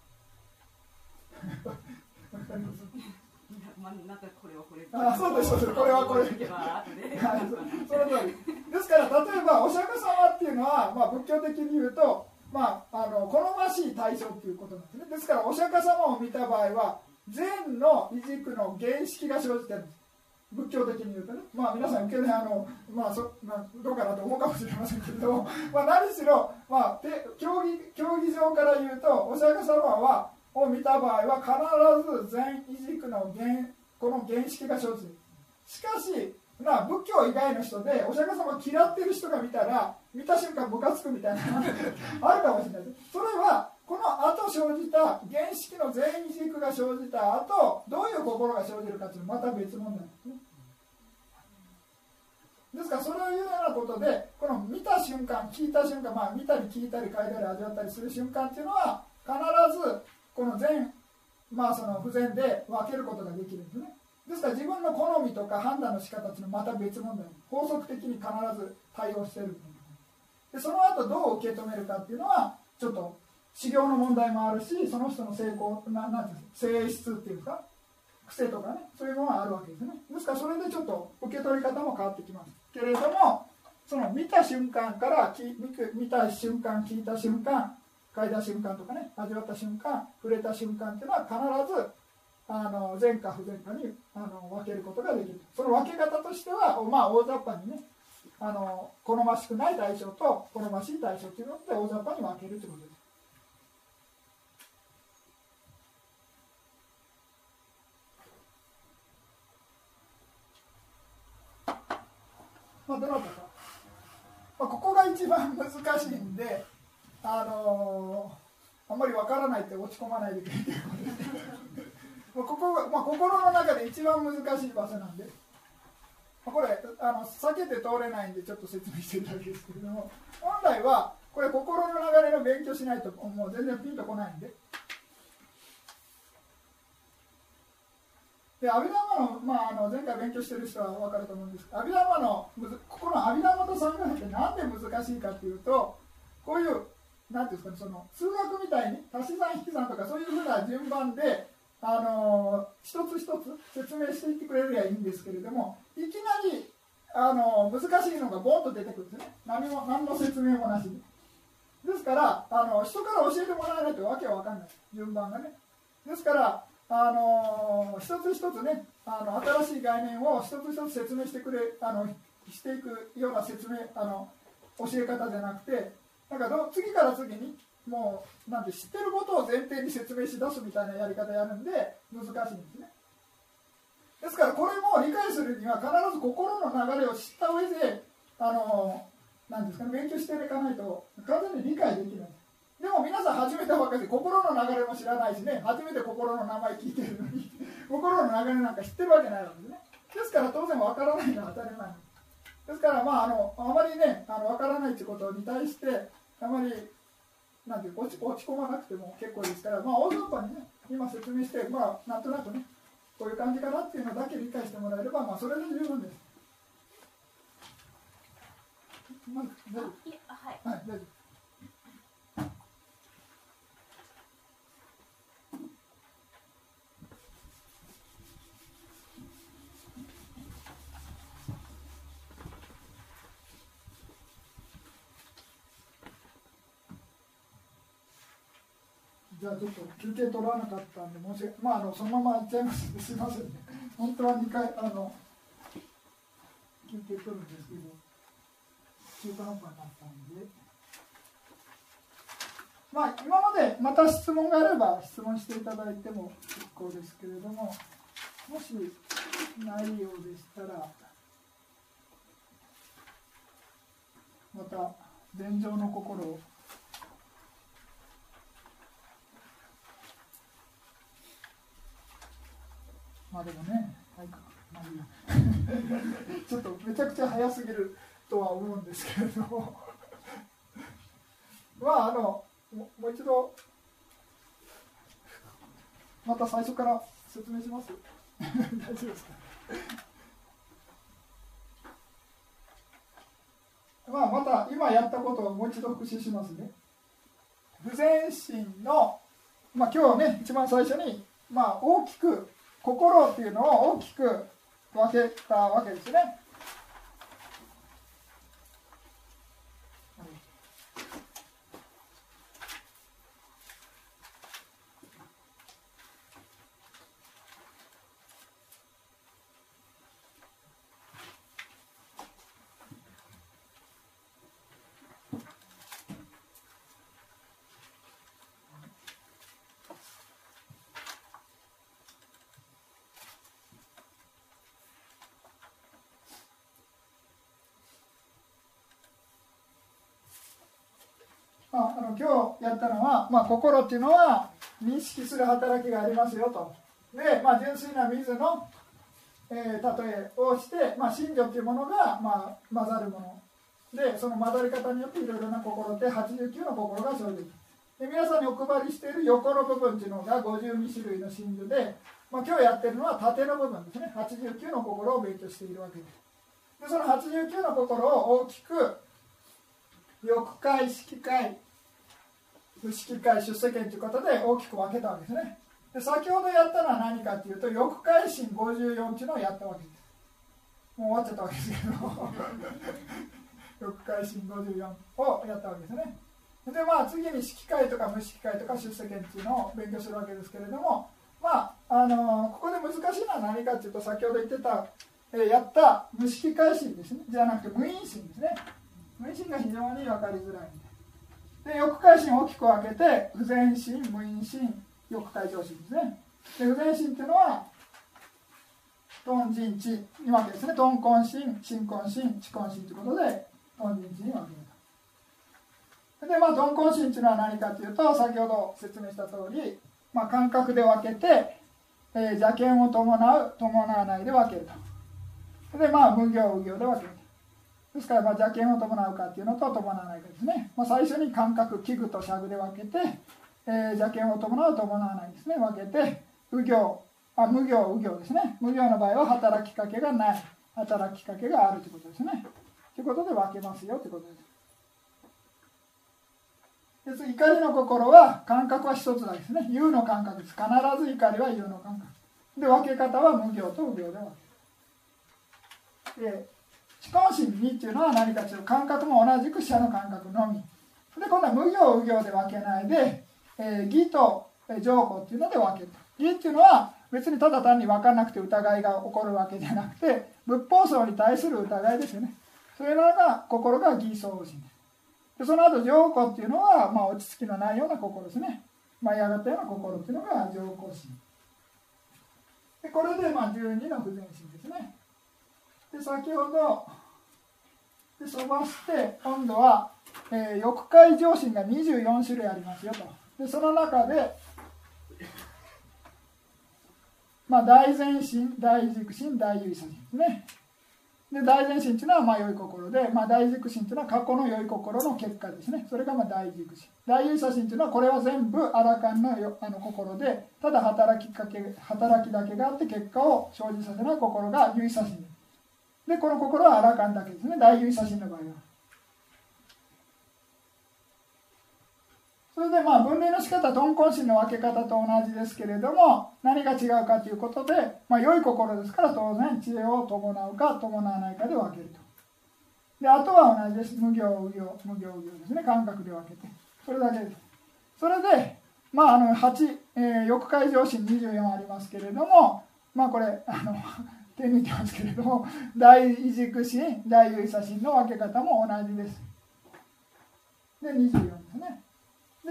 わかります？ なんかこれはこれああ、そうですそうです、これはこれその通りですから、例えばお釈迦様っていうのは、まあ、仏教的に言うと、まあ、あの好ましい対象っていうことなんですね。ですからお釈迦様を見た場合は善の異軸の原式が生じてるんです。仏教的に言うとね、まあ皆さん受けね、あの、まあそまあ、どうかなと思うかもしれませんけれども、まあ、何しろ、まあ、競技競技場から言うとお釈迦様はを見た場合は必ず善異軸の原この原式が生じている。しかし、まあ、仏教以外の人でお釈迦様を嫌ってる人が見たら見た瞬間ムカつくみたいなあるかもしれないです。それはこの後生じた原式の善異軸が生じた後どういう心が生じるかというのはまた別問題ですね。ですからそれを言うようなことで、この見た瞬間聞いた瞬間、まあ、見たり聞いたり嗅いだり味わったりする瞬間っていうのは必ずこの善、まあ、その不全で分けることができるんですね。ですから自分の好みとか判断の仕方っていうのはまた別問題、法則的に必ず対応しているで、その後どう受け止めるかっていうのはちょっと修行の問題もあるし、その人の成功ななんていうんですか、性質っていうか癖とかね、そういうものがあるわけですね。ですからそれでちょっと受け取り方も変わってきますけれども、その見た瞬間から見た瞬間聞いた瞬間嗅いだ瞬間とかね、味わった瞬間触れた瞬間っていうのは必ずあの善か不善かにあの分けることができる。その分け方としては、まあ、大雑把にね、あの好ましくない対象と好ましい対象というので大雑把に分けるということです。まあ、どなたか、まあ、ここが一番難しいんで、あのー、あんまりわからないって落ち込まないでくれっていうことですここが、まあ、心の中で一番難しい場所なんで、まあ、これあの避けて通れないんでちょっと説明してるだけですけれども、本来はこれ心の流れの勉強しないともう全然ピンとこないんで、で阿弥陀の、まあ、あの前回勉強してる人は分かると思うんですけど、阿弥陀のここの阿弥陀元三学ってなんで難しいかっていうと、こういうなんていうんですかね、その数学みたいに足し算引き算とかそういうふうな順番で、あのー、一つ一つ説明していってくれればいいんですけれども、いきなり、あのー、難しいのがボンと出てくるんですね。何も何の説明もなしに。 ですからあの人から教えてもらわないとわけわかんない、順番がね。ですからあの一つ一つね、あの新しい概念を一つ一つ説明してくれあのしていくような説明あの教え方じゃなくて、なんかど次から次にもうなんて知ってることを前提に説明し出すみたいなやり方やるんで難しいんですね。ですからこれも理解するには必ず心の流れを知った上であのなんですかね、勉強していかないと完全に理解できない。でも皆さん初めてばっかりで心の流れも知らないしね、初めて心の名前聞いてるのに心の流れなんか知ってるわけないわけですね。ですから当然わからないのは当たり前ですから、まあ、あのあまりねあのわからないということに対してあまりなんていう落ち、落ち込まなくても結構ですから、まあ、大雑把にね今説明して、まあ、なんとなくねこういう感じかなっていうのだけ理解してもらえれば、まあ、それで十分です。まあ、大丈夫。はい、はい、大丈夫。じゃあちょっと休憩取らなかったんで申し訳まああのそのまま行っちゃいますんですいませんね。本当はにかいあの休憩取るんですけど中途半端になったんで、まあ今までまた質問があれば質問していただいても結構ですけれども、もしないようでしたらまた禅情の心をまあでもね、はいかまあいいやちょっとめちゃくちゃ早すぎるとは思うんですけれどもまああのもう一度また最初から説明します大丈夫ですかまあまた今やったことをもう一度復習しますね。不全心の、まあ、今日ね一番最初に、まあ、大きく心っていうのを大きく分けたわけですね。ああの今日やったのは、まあ、心っていうのは認識する働きがありますよと。で、まあ、純粋な水の、えー、例えをして、まあ、真如っていうものが、まあ、混ざるもので、その混ざり方によっていろいろな心ってはちじゅうきゅうの心が生じる。で皆さんにお配りしている横の部分っていうのがごじゅうに種類の真珠で、まあ、今日やってるのは縦の部分ですね。はちじゅうきゅうの心を勉強しているわけです。でそのはちじゅうきゅうの心を大きく欲界、色界、不色界、出世権ということで大きく分けたわけですね。で先ほどやったのは何かというと欲界心ごじゅうよんというのをやったわけです。もう終わっちゃったわけですけど欲界心ごじゅうよんをやったわけですね。でまあ次に色界とか無色界とか出世権というのを勉強するわけですけれども、まああのー、ここで難しいのは何かというと先ほど言ってた、えー、やった無色界心ですね。じゃなくて無因心ですね。無因心が非常に分かりづらいんで。で欲界心を大きく分けて不全心、無因心、欲界上心ですね。で不全心というのは頓人知に分けですね。頓根心、真根心、知根心ということで頓人知に分ける。でまあ頓根心というのは何かというと先ほど説明した通り、まあ、感覚で分けて、えー、邪見を伴う伴わないで分けると。でまあ無行無行で分ける。ですからまあ邪見を伴うかというのと伴わないかですね。まあ、最初に感覚器具と尺で分けて、えー、邪見を伴う伴わないですね分けて無行あ無行無行ですね。無行の場合は働きかけがない、働きかけがあるということですね。ということで分けますよということです。怒りの心は感覚は一つなんですね。有の感覚です。必ず怒りは有の感覚で、分け方は無行と無行で分ける。で知根心にっていうのは何かというと感覚も同じく視野の感覚のみで、今度は無行行右行で分けないで、えー、義と上皇っていうので分けると。義っていうのは別にただ単に分からなくて疑いが起こるわけじゃなくて、仏法僧に対する疑いですよね。それらが心が義相応心です。でその後上皇っていうのは、まあ、落ち着きのないような心ですね。舞い上がったような心っていうのが上皇心で、これでまあじゅうにの不全心ですね。で先ほどで飛ばして今度は、えー、欲界上心がにじゅうよん種類ありますよと。でその中で、まあ、大前心、大軸心、大唯差心ですね。で大前心というのはまあ良い心で、まあ、大軸心というのは過去の良い心の結果ですね。それがまあ大軸心。大唯差心というのはこれは全部アラカンのよあの心で、ただ働きかけ働きだけがあって結果を生じさせない心が唯差心です。でこの心はアラカンだけですね、大唯差心の場合は。それでまあ分類の仕方、頓根心の分け方と同じですけれども、何が違うかということで、まあ、良い心ですから当然知恵を伴うか伴わないかで分けると。であとは同じです。無行無行無行無行ですね、感覚で分けて、それだけです。それでまああのはち、えー、欲界上心にじゅうよんありますけれども、まあこれあの手抜いてますけれども、大異軸心、大唯差心の分け方も同じです。でにじゅうよんですね。で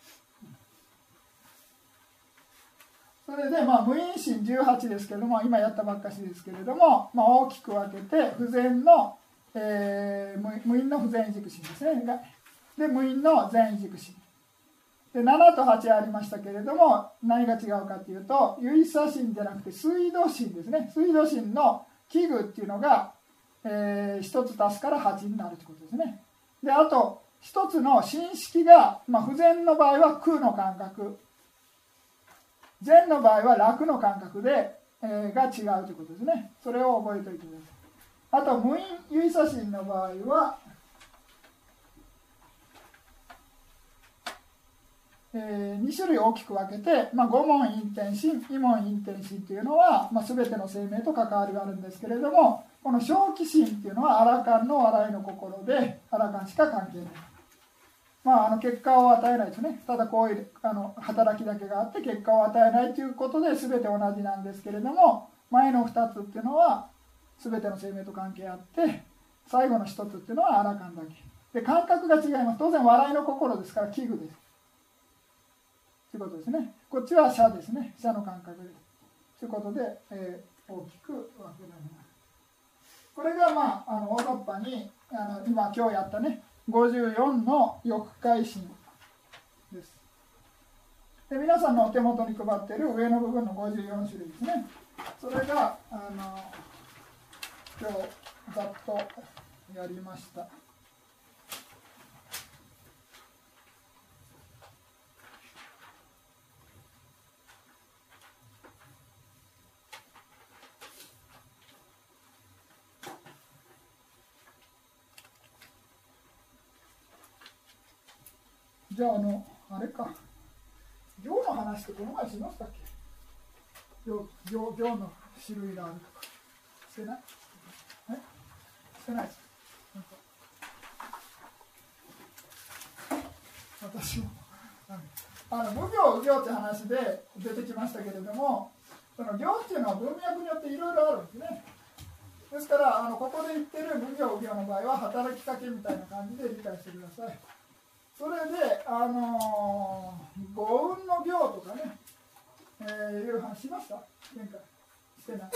それでまあ無因心じゅうはちですけれども、今やったばっかしですけれども、まあ、大きく分けて不全の、えー、無因の不全異軸心ですね。で無因の全異軸心でななとはちありましたけれども、何が違うかというと、唯差心じゃなくて水道心ですね。水道心の器具っていうのが、えー、ひとつ足すからはちになるということですね。であと一つの心識が、まあ、不全の場合は空の感覚、善の場合は楽の感覚で、えー、が違うということですね。それを覚えておいてください。あと無因唯差心の場合は、えー、に種類大きく分けて、まあ、五問因天心、異問因天心というのは、まあ、全ての生命と関わりがあるんですけれども、この正気心というのはアラカンの笑いの心で、アラカンしか関係ない。まあ、あの結果を与えないですね。ただこういうあの働きだけがあって結果を与えないということで全て同じなんですけれども、前のふたつっていうのは全ての生命と関係あって、最後のひとつっていうのはアラカンだけで、感覚が違います。当然笑いの心ですから器具ですということですね。こっちは社ですね。社の感覚ですということで、えー、大きく分けられます。これがまあ、あの大雑把にあの今今日やったねごじゅうよんの欲界心です。で皆さんのお手元に配っている上の部分のごじゅうよん種類ですね。それがあの今日ざっとやりました。じゃあ、あの、あれか、行の話ってこの前しましたっけ？行、行、行の種類があるとか。してない？え？してないです。なんか私も、あの、無行、無行って話で出てきましたけれども、その行っていうのは文脈によっていろいろあるんですね。ですから、あのここで言ってる無行、無行の場合は、働きかけみたいな感じで理解してください。それで、あのー、五運の行とかね、えー、いう話しました？前回してない。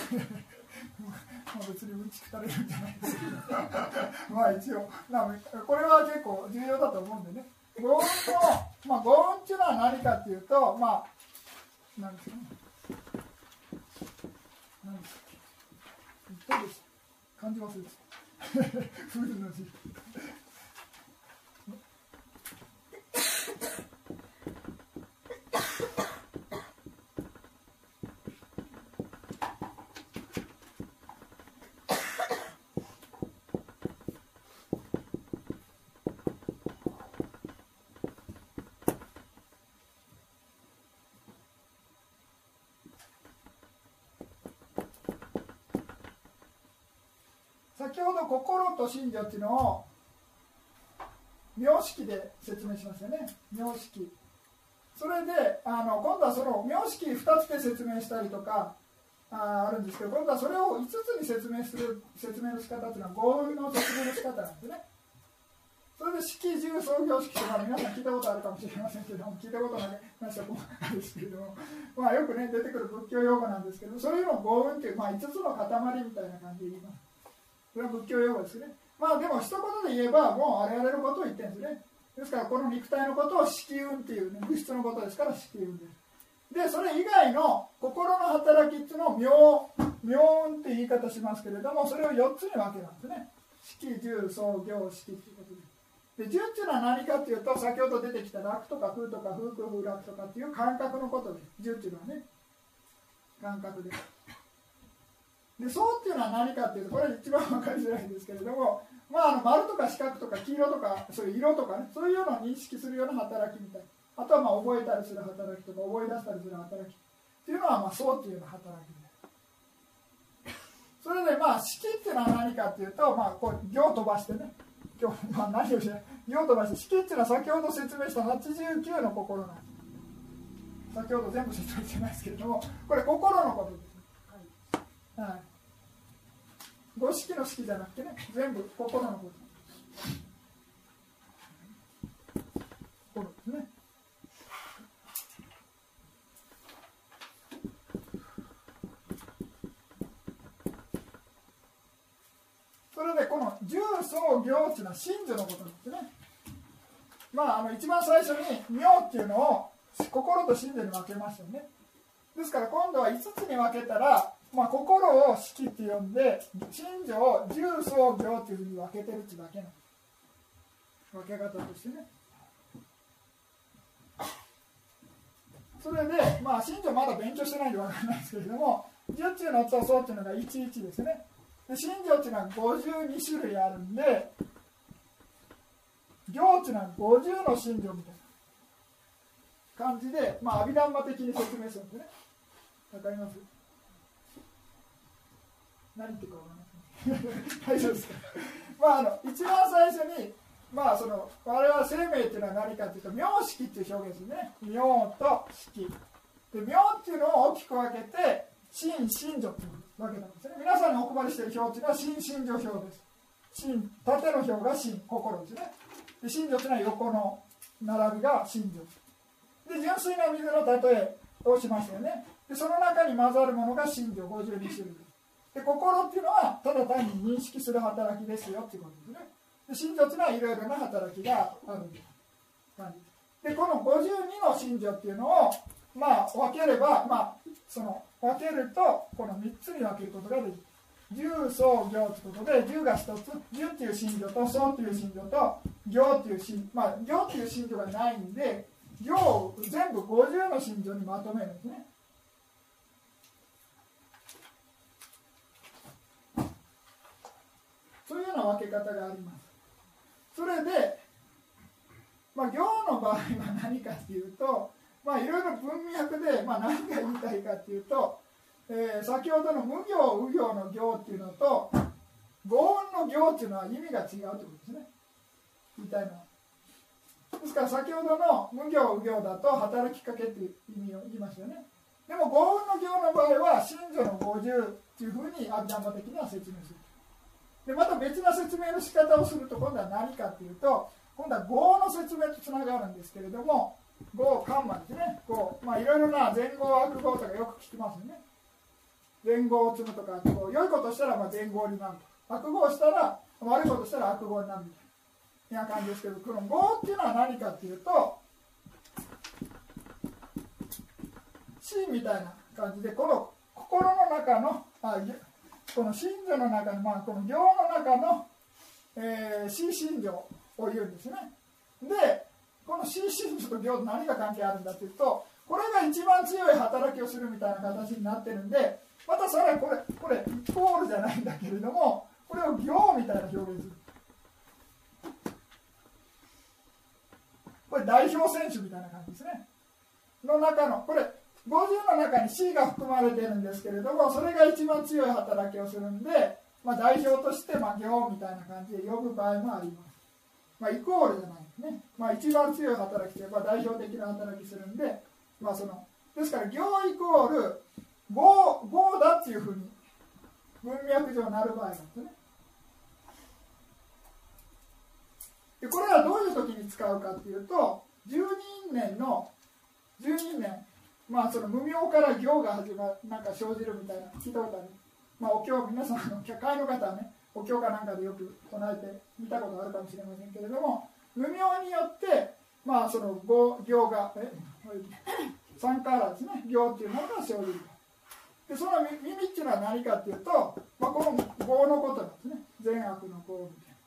まあ別にうんちくたれるんじゃないですけど、まあ一応、これは結構重要だと思うんでね。五運の、まあ五運っていうのは何かっていうと、まあ、何ですかね。何ですか。言ったでしょ。感じ忘れてた。フルの字。先ほど心と信条っていうのを名式で説明しますよね。名式。それであの今度はその名式ふたつで説明したりとか あ, あるんですけど、今度はそれをいつつに説明する説明の仕方というのは合の説明の仕方なんですね。それで式、重、創業式とか皆さん聞いたことあるかもしれませんけども、聞いたことない人もあるんですけれども、まあ、よくね出てくる仏教用語なんですけど、そういうのを合運という、まあ、いつつの塊みたいな感じで言います。これは仏教用語ですね。まあでも一言で言えばもうあれあれのことを言ってるんですね。ですからこの肉体のことを色運っていう、ね、物質のことですから色運です。でそれ以外の心の働きっていうのを妙運って言い方しますけれども、それをよっつに分けますね。色、住、創業、式ということで。で住っていうのは何かというと、先ほど出てきた楽とか風とか風空風楽とかっていう感覚のことです。住っていうのはね、感覚です。で創っていうのは何かというと、これ一番分かりづらいんですけれども、まあ、あの丸とか四角とか黄色とかそういう色とかね、そういうのを認識するような働きみたいな。あとはまあ覚えたりする働きとか覚え出したりする働きっていうのはまあ創っていうような働きです。それでまあ式っていうのは何かというと、まあこう行飛ばしてね、今日、まあ、何をしない行飛ばして、式っていうのは先ほど説明したはちじゅうきゅうの心なんです。先ほど全部説明してないですけれども、これ心のことです。はい、はい、五式の式じゃなくてね、全部心のこと。心ですね。それでこの重、創、業っていうのは真珠のことですね。まあ、あの一番最初に妙っていうのを心と真珠に分けましたよね。ですから今度はいつつに分けたら、まあ、心を式って呼んで、真珠を重、創、業っていうふうに分けてるってだけの分け方としてね。それで、まあ、真珠まだ勉強してないんで分からないですけれども、重っていうのと創っていうのがいちいちですね。で真珠っていうのはごじゅうにしゅるいあるんで、行っていうのはごじゅうの真珠みたいな感じで、まあ、阿弥陀摩的に説明するんですね。わかります？何言ってるか分からないですね。大丈夫ですか？まあ、あの一番最初に、まあ、その我々生命っていうのは何かというと、名式っていう表現ですね。名と式で、名っていうのを大きく分けて真、真珠っていうわけなんですね。皆さんにお配りしている表っていうのは真、真珠表です。真、縦の表が真、心ですね。で真珠っていうのは横の並びが真珠で、純粋な水の例えをしましたよね。でその中に混ざるものが真珠ごじゅうにしゅるいで、心っていうのはただ単に認識する働きですよっていうことですね。で真珠っていうのはいろいろな働きがある感じで、このごじゅうにの真珠っていうのをまあ分ければ、まあ、その分けるとこのみっつに分けることができる。重、創、業ということで、重がひとつ、重っていう真珠と創っていう真珠と業っていう真珠、まあ業っていう真珠がないんで、業を全部ごじゅうの真珠にまとめるんですね。そういうような分け方があります。それで、まあ、行の場合は何かっていうと、まあいろいろ文脈で、まあ、何が言いたいかっていうと、えー、先ほどの無行、無行の行っていうのと合運の行っていうのは意味が違うってことですね。言いたいのは。ですから先ほどの無行、無行だと働きかけっていう意味を言いましたよね。でも合運の行の場合は真珠のごじゅうっていうふうに阿弥陀摩的には説明する。でまた別な説明の仕方をすると、今度は何かっていうと、今度は合の説明とつながるんですけれども、合、カンマですね。合、まあいろいろな前合、悪合とかよく聞きますよね。善合を積むとか悪合、良いことしたらまあ善合になると、悪合したら悪いことしたら悪合になるみたいな感じですけど、この合っていうのは何かっていうと、真みたいな感じで、この心の中のあこの真珠の中の、まあ、この行の中の、えー、真真珠を言うんですね。でこの真真珠と行と何が関係あるんだっていうと、これが一番強い働きをするみたいな形になってるんで、またそれはこれこれイコールじゃないんだけれども、これを行みたいな表現する。これ代表選手みたいな感じですね。の中のこれごじゅうの中に C が含まれてるんですけれども、それが一番強い働きをするんで、まあ、代表としてまあ行みたいな感じで呼ぶ場合もあります。 まあ、イコールじゃないですね、まあ、一番強い働きといえば代表的な働きするんで、まあ、そのですから行イコール業だっていうふうに文脈上なる場合なんですね。でこれはどういう時に使うかっていうと、十人年の十人年、まあその無名から行が始まる、なんか生じるみたいな聞いたことある。まあお経、皆さんの会の方はね、お経かなんかでよく唱えて見たことあるかもしれませんけれども、無名によってまあその行がえ三からですね、行っていうものが生じる。でその耳っていうのは何かっていうと、まあ、この業のことなんですね。善悪の業みたいな。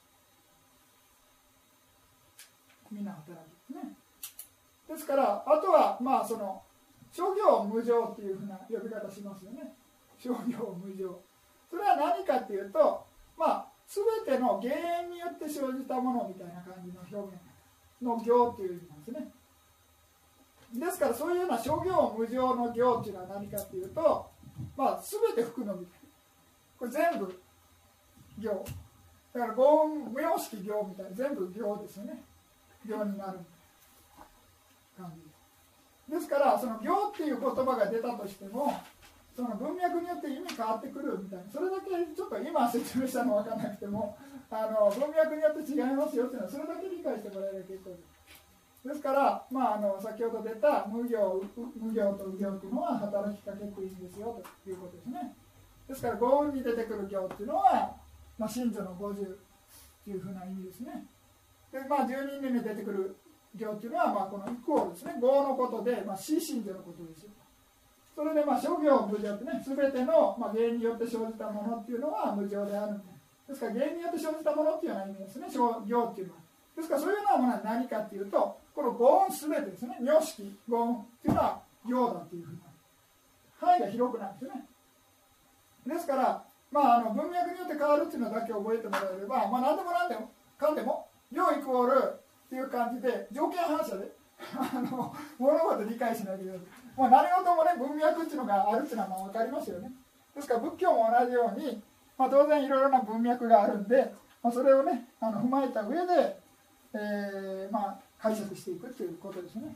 みんな働きですね。ですからあとはまあその諸行無常っていうふうな呼び方しますよね。諸行無常。それは何かっていうと、まあ全ての原因によって生じたものみたいな感じの表現の行っていう意味なんですね。ですからそういうような諸行無常の行っていうのは何かっていうと、まあ全て含むみたいな。これ全部行。だから五無様式行みたいな全部行ですよね。行になる感じですから、その行っていう言葉が出たとしてもその文脈によって意味変わってくるみたいな、それだけちょっと今説明したの分からなくてもあの文脈によって違いますよっていうのはそれだけ理解してもらえれば結構です。ですから、まあ、あの先ほど出た無行、無行と無行というのは働きかけていいんですよということですね。ですから五音に出てくる行っていうのは、まあ、真珠の五十というふうな意味ですね。でまあ、十人年に出てくる行っていうのは、まあ、このイコールですね。業のことで、まあ、死真珠のことですよ。それで、まあ、諸行無常ってね、すべての、まあ、原因によって生じたものっていうのは無常であるんで、ですから原因によって生じたものっていうような意味ですね、行っていうのは。ですからそういうようなものは何かっていうと、この五音すべてですね、名式、五音っていうのは行だっていうふうな範囲が広くなるんですね。ですから、まあ、あの文脈によって変わるっていうのだけ覚えてもらえれば、まあ、何でも何でもかんでも行イコールっていう感じで条件反射であの物事理解しないといけない。まあ、何事もね文脈っていうのがあるっていうのはまあ分かりますよね。ですから仏教も同じように、まあ、当然いろいろな文脈があるんで、まあ、それをねあの踏まえた上で、えー、まあ解釈していくということですね。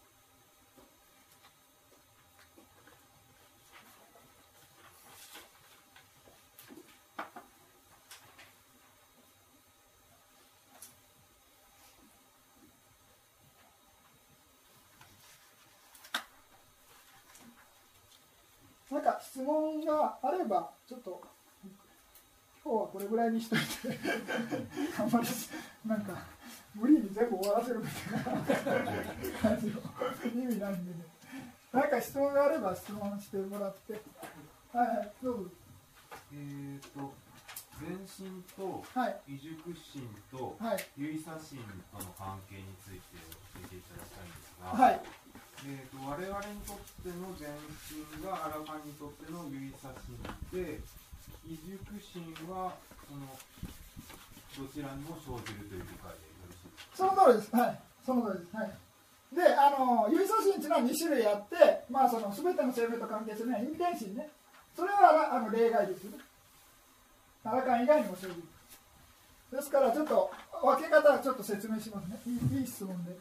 なんか質問があればちょっと今日はこれぐらいにしといてあんまりなんか無理に全部終わらせるみたいな感じの意味なんでね、なんか質問があれば質問してもらって、はいはいどうぞ。 えーと前心と異熟心と唯差心との関係について教えていただきたいんですが、はい、えー、と我々にとっての前心がアラカンにとっての唯差心で、異熟心はそのどちらにも生じるという理解でよろしいですか。その通りです。はい、その通りです。はい。で、あの唯差心というのはに種類あって、まあその全ての生命と関係するのは因縁心ね。それはあの例外ですよね。アラカン以外にも生じる。ですからちょっと分け方はちょっと説明しますね。いい、いい質問で。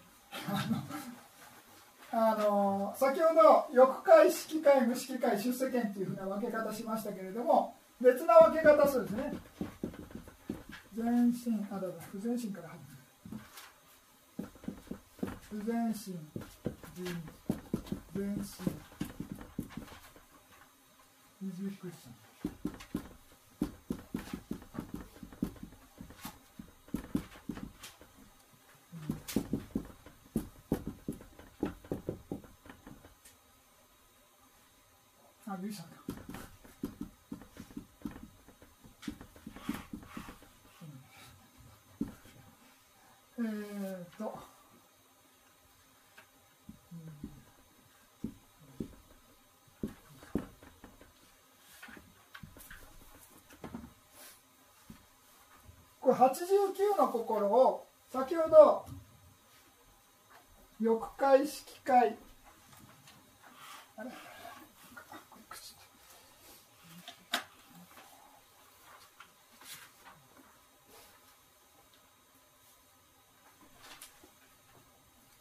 あの先ほど翼界、色界、無色界、出世圏というふうな分け方しましたけれども、別な分け方するんですね。前心、あだだ、不全心から始める。不全心、人、前心、異熟心。あ、ゆいさんか。えーっと、これはちじゅうきゅうの心を先ほど翼界、色界、あれ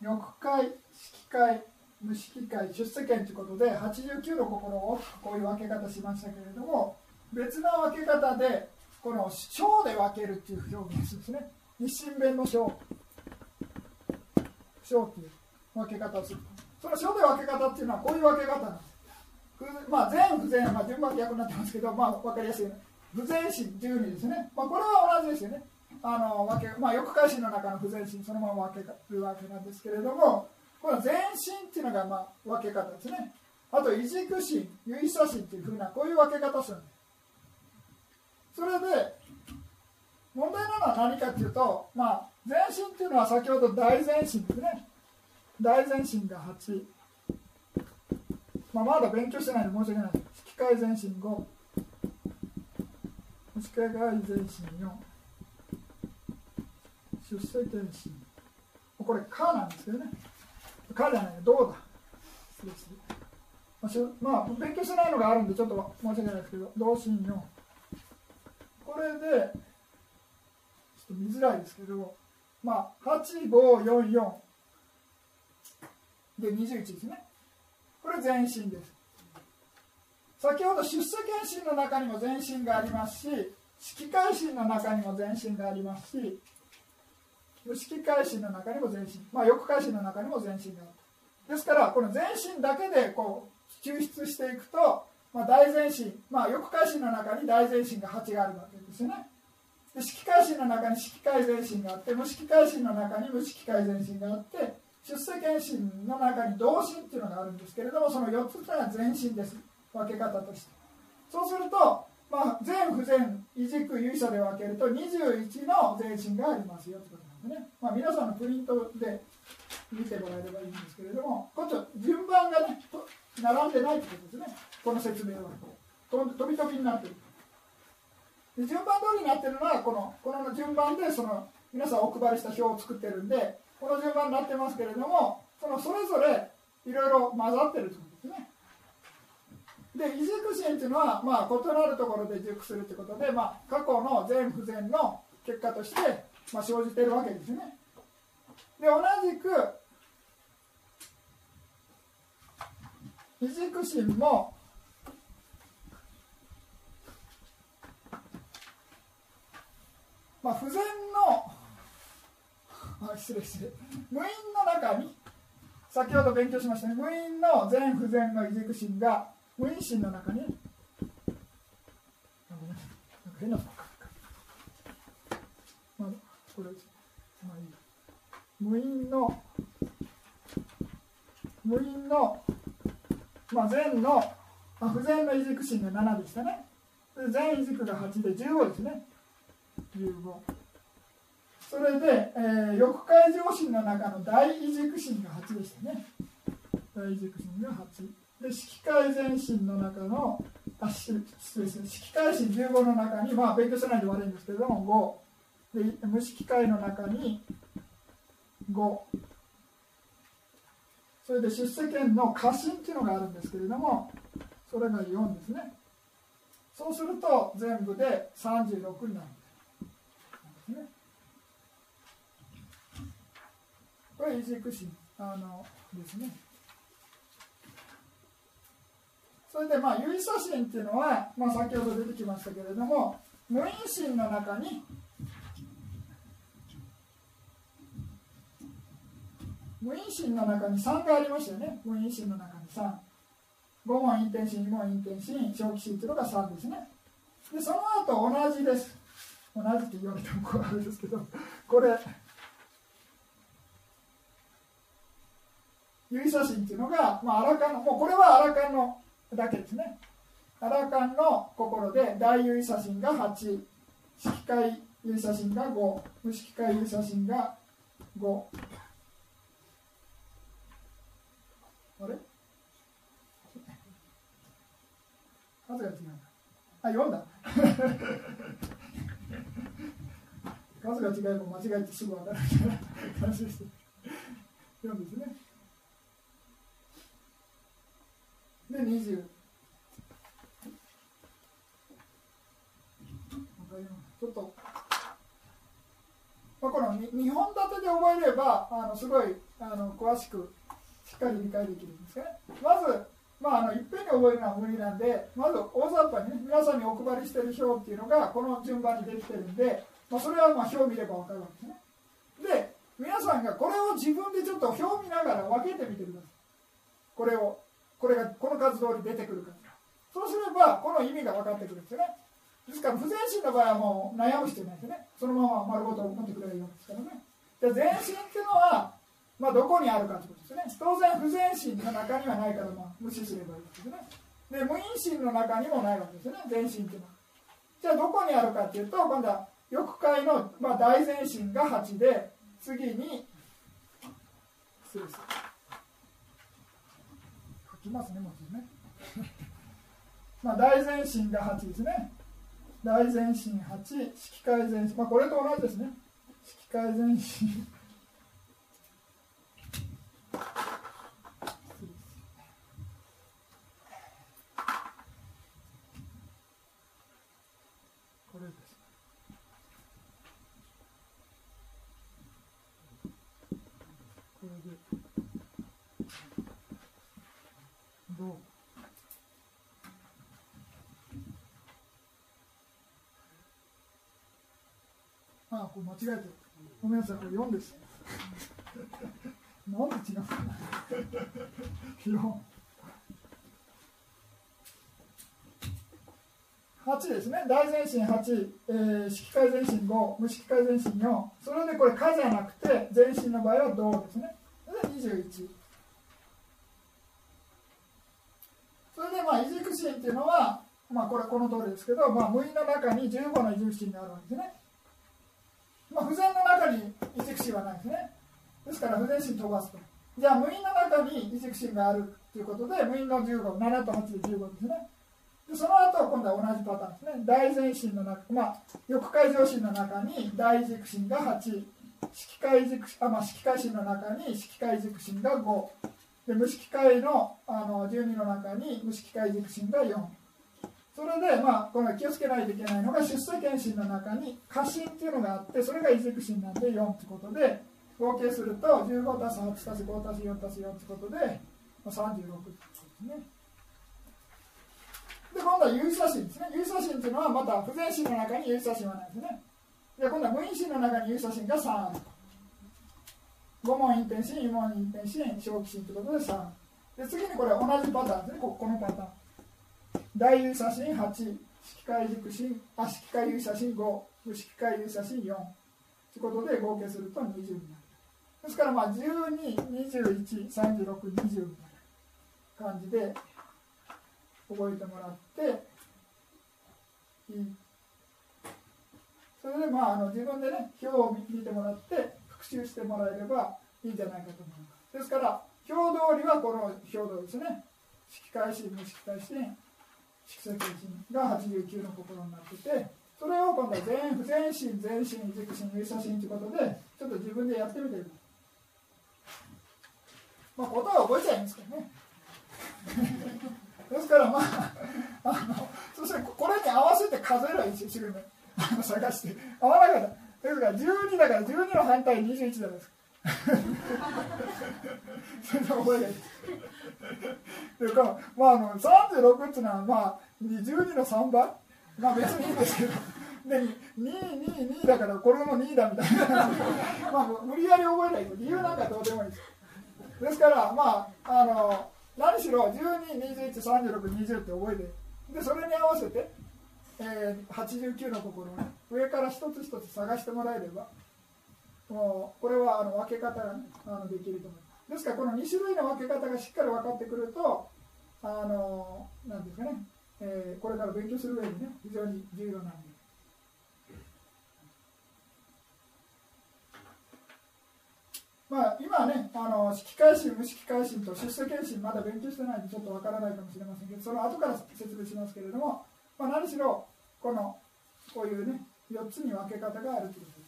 翼解、色解、無色解、出世権ということではちじゅうきゅうの心をこういう分け方しましたけれども、別な分け方でこの章で分けるっていう表現ですね。一神弁の章章っていう分け方をする。その章で分け方っていうのはこういう分け方なんです。まあ、全不全、まあ、順番逆になってますけど、まあ、分かりやすいよね。不全心じゅうにですね、まあ、これは同じですよね。あの分けまあ、翼解心の中の不全心そのまま分けるわけなんですけれども、この全心っていうのがまあ分け方ですね。あと異軸心、唯差心っていうふうなこういう分け方をするんです。それで問題なのは何かっていうと、まあ、全心っていうのは先ほど大全心ですね。大全心がはち、まあ、まだ勉強してないので申し訳ないです。色解全心ご、無色解全心よん、出世権心、これ「か」なんですけどね。「か」じゃない、どうだ。失礼して、まあ、勉強してないのがあるんでちょっと申し訳ないですけど、同心よん。これでちょっと見づらいですけど、まあ、はち、ご、よん、よんでにじゅういちですね。これ全身です。先ほど出世権心の中にも全身がありますし、色解心の中にも全身がありますし、無色解心の中にも全身、まあ、翼解心の中にも全身がある。ですからこの全身だけでこう抽出していくと、まあ、大全身、まあ、翼解心の中に大全身がはちがあるわけですよね。で色解心の中に色解全身があって、無色解心の中に無色解全身があって、出世権心の中に同心っていうのがあるんですけれども、そのよっつというのは全身です、分け方として。そうすると、まあ、全不全異軸有差で分けるとにじゅういちの全身がありますよということなんでね、まあ、皆さんのプリントで見てもらえればいいんですけれども、こっち順番がね並んでないということですね。この説明は飛び飛びになっている。で順番通りになっているのはこのこの順番でその皆さんお配りした表を作ってるんで、この順番になってますけれども、そのそれぞれいろいろ混ざってるということですね。で異軸心というのは、まあ、異なるところで軸するということで、まあ、過去の全不全の結果として、まあ、生じているわけですね。で同じく異軸心もまあ、不全のあ失礼失礼無因の中に先ほど勉強しましたね、無因の全不全の異軸心が無因心の中に変なのか、まあ、これ、まあ、いい無因の無因の、まあ、全の、まあ、不全の異軸心がななでしたね。で全異軸がはちでじゅうごですね。じゅうご。それで、えー、翼解上心の中の大異軸心がはちでしたね。大異軸心がはち。で色解全心の中のあ失礼ですね、色解心じゅうごの中に、まあ勉強しないで悪いんですけれどもごで、無色解の中にご、それで出世権の過心っていうのがあるんですけれども、それがよんですね。そうすると全部でさんじゅうろくになるんですね。これ異軸心あのですね。それでまあ有差心っていうのは、まあ、先ほど出てきましたけれども、無因心の中に無因心の中にさんがありましたよね。無因心の中にさん、ご問因転心、に問因転心、小気心というのがさんですね。でその後同じです。同じって言われてもこれあれですけど、これ有差心っていうのが、まあ、アラカンのもうこれはアラカンのだけですね。アラカンの心で大有差心がはち、色解有差心がご、無色解有差心がご。あれ数が違うな。あ、よんだ。数が違えば間違えてすぐ分かるみたいな感じです。よんですね。でにじゅう。ちょっとまあ、このにほん立てで覚えればあのすごいあの詳しくしっかり理解できるんですね。まず、まあ、あのいっぺんに覚えるのは無理なんで、まず大雑把にね、皆さんにお配りしている表っていうのがこの順番にできてるんで、まあ、それはまあ表を見れば分かるわけですね。で、皆さんがこれを自分でちょっと表を見ながら分けてみてください。これを、これがこの数通り出てくるか。そうすればこの意味が分かってくるんですよね。ですから不全身の場合はもう悩む必要ないですね。そのまま丸ごと持ってくれるようですからね。じゃあ全身っていうのは、まあ、どこにあるかということですね。当然不全身の中にはないから、まあ、無視すればいいですね。で無因身の中にもないわけですよね、全身っていうのは。じゃあどこにあるかっていうと、今度は翼界の、まあ、大全身がはちで、次に失礼です。書きますね、もちろんね。まあ大全身がはちですね。大全身はち、色界全身、まあ、これと同じですね。色界全身これです。これでどうああ、これ間違えてる。ごめんなさい、これよんです。なんで違うのかな。よん。はちですね。大全身はち、えー、色界全身ご、無色界全身よん。それでこれかじゃなくて、全身の場合はどうですね。それでにじゅういち。それでまあ、異軸心っていうのは、まあこれこの通りですけど、まあ、無因の中にじゅうごの異軸心があるわけですね。まあ、不全の中に異軸心はないですね。ですから不全心飛ばすと。じゃあ無因の中に異軸心があるということで、無因のじゅうご、ななとはちでじゅうごですね。でその後今度は同じパターンですね。大全身の中、まあ、翼界上心の中に大軸心がはち、色界軸あ、まあ、色界心の中に色界軸心がご、で無色界の、あのじゅうにの中に無色界軸心がよん。それで、まあ、この気をつけないといけないのが出世検診の中に過信っていうのがあって、それが異軸心なんでよんということで、合計するとじゅうごたすはちたすごたすよんたすよんということで、まあ、さんじゅうろくということですね。で、今度は有差心ですね。有差心というのはまた不全心の中に有差心はないですね。で、今度は無因心の中に有差心がさんあると。ご問隠蔽心、よん問隠蔽心、小気心ということでさん。で、次にこれ同じパターンですね。このパターン。大有差心はち、色界軸心、あ、色界有差心ご、無色界有差心よんということで合計するとにじゅうになる。ですからまあじゅうに、にじゅういち、さんじゅうろく、にじゅうみたいな感じで覚えてもらっていい。それでまああの自分でね表を見てもらって復習してもらえればいいんじゃないかと思います。ですから表通りはこの表通りですね。色界心、無色界心、色世界心がはちじゅうきゅうの心になってて、それを今度は全不全心、全身、異軸心、有差心ということでちょっと自分でやってみてください。まあ答えは覚えちゃいますけどね。ですからまあ、あのそしてこれに合わせて数えるいち種類目探して合わなかった。ですからじゅうにだからじゅうにの反対にじゅういちだです。それで覚えない。でかまああのさんじゅうろくっていうのはまあじゅうにのさんばい、まあ別にいいんですけど。でに、に、に、にだからこれもにだみたいなまあ無理やり覚えないと理由なんかどうでもいいです。ですからまああの何しろじゅうに、にじゅういち、さんじゅうろく、にじゅうって覚えて、でそれに合わせて、えー、はちじゅうきゅうの心を、ね、上から一つ一つ探してもらえればもうこれはあの分け方が、ね、あのできると思います。ですからこのに種類の分け方がしっかり分かってくるとあのなんですかね、えー、これから勉強する上にね非常に重要なんで。まあ、今はね、あの色界心、無色界心と出世検診まだ勉強してないんでちょっとわからないかもしれませんけど、その後から説明しますけれども、まあ、何しろこのこういうねよっつに分け方があるということです。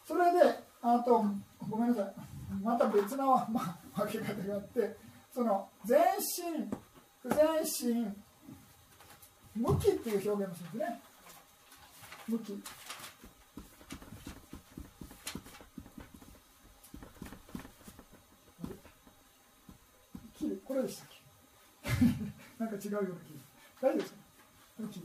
それであとごめんなさい、また別な、まあ、分け方があって、その全身、不全身、無気っていう表現をするんですね。無気。 これでしたっけなんか違うような気大丈夫ですか。向き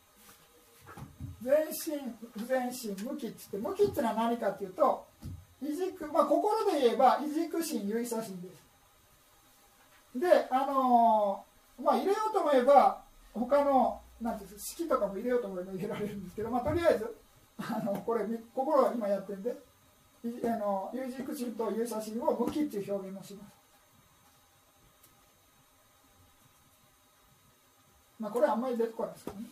前進不前進向きって言って、向きっていうのは何かっていうと、異軸、まあ心で言えば異軸心有意差心です。で、あのー、まあ入れようと思えば他のなんていうんですか、式とかも入れようと思えば入れられるんですけど、まあとりあえずあのこれ心を今やってるんで、あの有軸心と有意差心を向きっていう表現をします。まあこれはあんまり出てこないですけどね。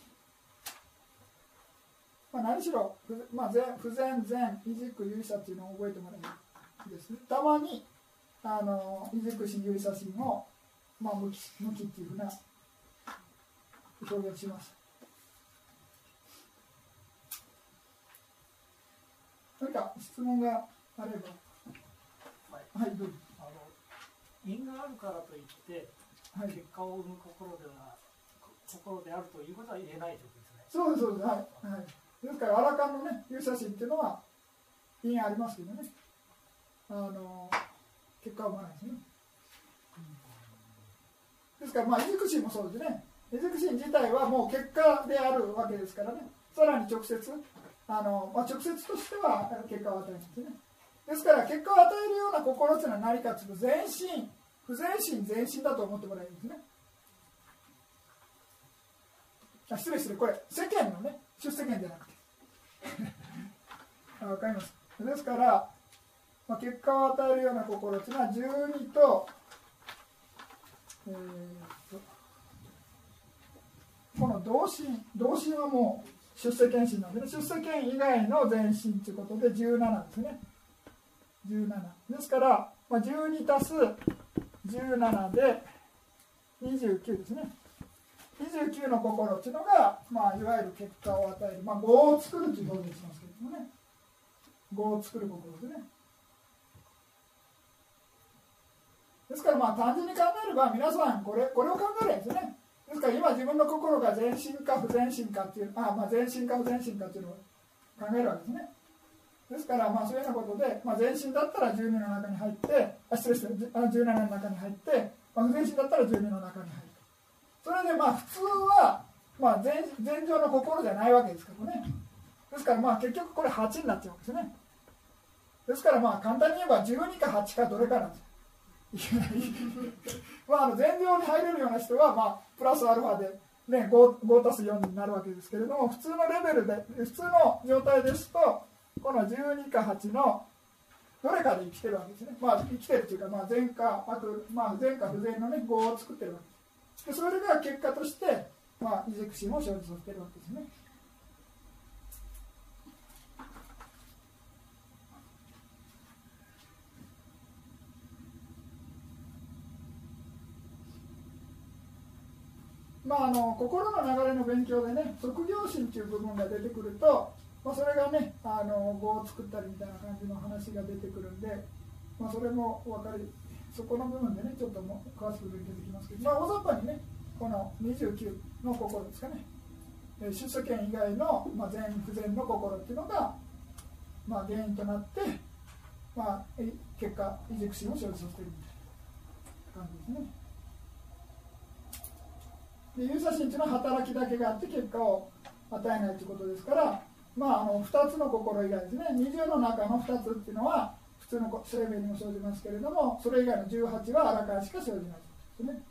まあ、何しろ、まあ、不全全異軸有意差っていうのを覚えてもらえるんですね。たまにあの異軸心有意差心を、まあ、向き向きっていうふうな表現します。何か質問があれば、はい、はい、どうぞ。 あの因があるからといって、はい、結果を生む心では心であるということは言えないということですね。 そうです、そうです。はい。はい、ですから、アラカンのね、有意差心っていうのは因ありますけどね。あの結果は生まないですね。ですから、まあ、異軸心もそうですね。異軸心自体はもう結果であるわけですからね。さらに直接、あのまあ、直接としては結果を与えますね。ですから、結果を与えるような心というのは何かというと、前進、不前進、前進だと思ってもらえるんですね。あ、失礼失礼、これ、世間のね、出世間じゃなくて。わかります。ですから、まあ、結果を与えるような心というのは、じゅうにと、えー、とこの同心、同心はもう出世間心なんでね、出世間以外の前進ということでじゅうななですね。じゅうななですから、まあ、じゅうにたすじゅうななでにじゅうきゅうですね。にじゅうきゅうの心というのが、まあ、いわゆる結果を与える、まあ、業を作るという表現しますけれどもね、業を作る心ですね。ですから、まあ、単純に考えれば皆さんこれ、これを考えるんですね。ですから今自分の心が前進か不前進かっていう、あ、まあ、前進か不前進かっていうのを考えるわけですね。ですから、まあ、そういうようなことで、まあ、前進だったらじゅうにの中に入って、あ、失礼して、じゅうななの中に入って、まあ、不前進だったらじゅうにの中に入る。それでまあ普通は、まあ、前, 前上の心じゃないわけですけどね。ですからまあ結局これはちになっちゃうんですね。ですからまあ簡単に言えばじゅうにかはちかどれかなんですよ。まああの前上に入れるような人はまあプラスアルファで、ね、ごたすよんになるわけですけれども、普通のレベルで普通の状態ですとこのじゅうにかはちのどれかで生きてるわけですね。まあ生きてるというか、まあ、前か悪、まあ、前か不全のね業を作ってるわけです。でそれが結果として、まあ、異軸心を生じさせているわけですね。まあ、あの心の流れの勉強でね、即業心という部分が出てくると、まあ、それがね、あの業を作ったりみたいな感じの話が出てくるんで、まあ、それも分かり、そこの部分でね、ちょっとも詳しく勉強できますけど、まあ、大雑把にね、このにじゅうきゅうの心ですかね、出世間以外の、まあ、全不全の心っていうのが、まあ、原因となって、まあ、結果、異軸心を生じさせているみたいな感じですね。で有差心というのは働きだけがあって結果を与えないということですから、まあ、あのふたつの心以外ですね、にじゅうの中のふたつっていうのは普通の生命にも生じますけれども、それ以外のじゅうはちはアラカンしか生じないということですね。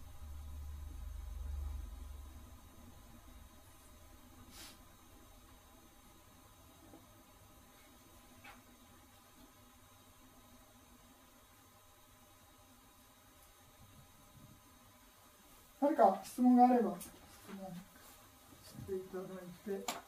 何か質問があれば質問していただいて。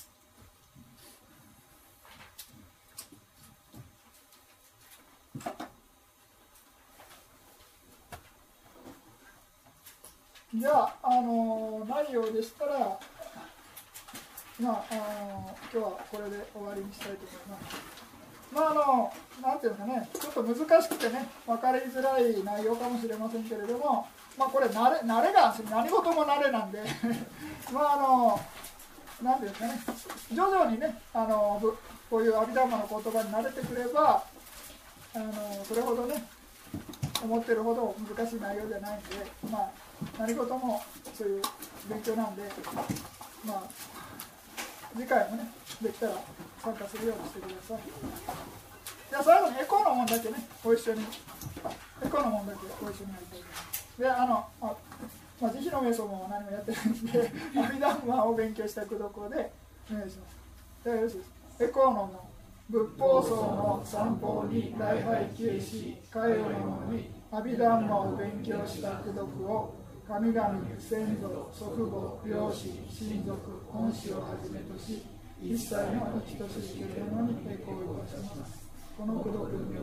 じゃあ、あの内容でしたら、まあ、あの今日はこれで終わりにしたいと思います。まあ、あのなんていうかね、ちょっと難しくてね、分かりづらい内容かもしれませんけれども、まあ、これ慣れ、慣れが何事も慣れなんでまああのなんていうんですかね、徐々にね、あのこういう阿弥陀様の言葉に慣れてくれば、あのそれほどね思ってるほど難しい内容じゃないんで、まあ、何事もそういう勉強なんで、まあ、次回もね、できたら参加するようにしてください。じゃあ最後にエコーのもんだけね、ご一緒に、エコーのもんだけご一緒にやりたいと思います。で、あの、あまあ、慈悲の瞑想も何もやってないんで、阿弥陀マを勉強した功徳でお願いします。ではよろしいです。エコーのも仏法僧の三法に礼拝休し、かよの者に阿弥陀マを勉強した功徳を神々、先祖、祖父母、両親、親族、恩師をはじめとし、一切の生きとし生ける者に栄光いたします。この功徳によって、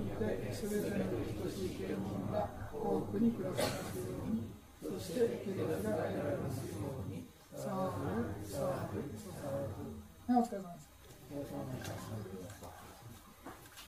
すべての生きとし生ける者が幸福に暮らせますように、そして生けるが得られますように。さあ、さあ、さあ。お疲れ様です。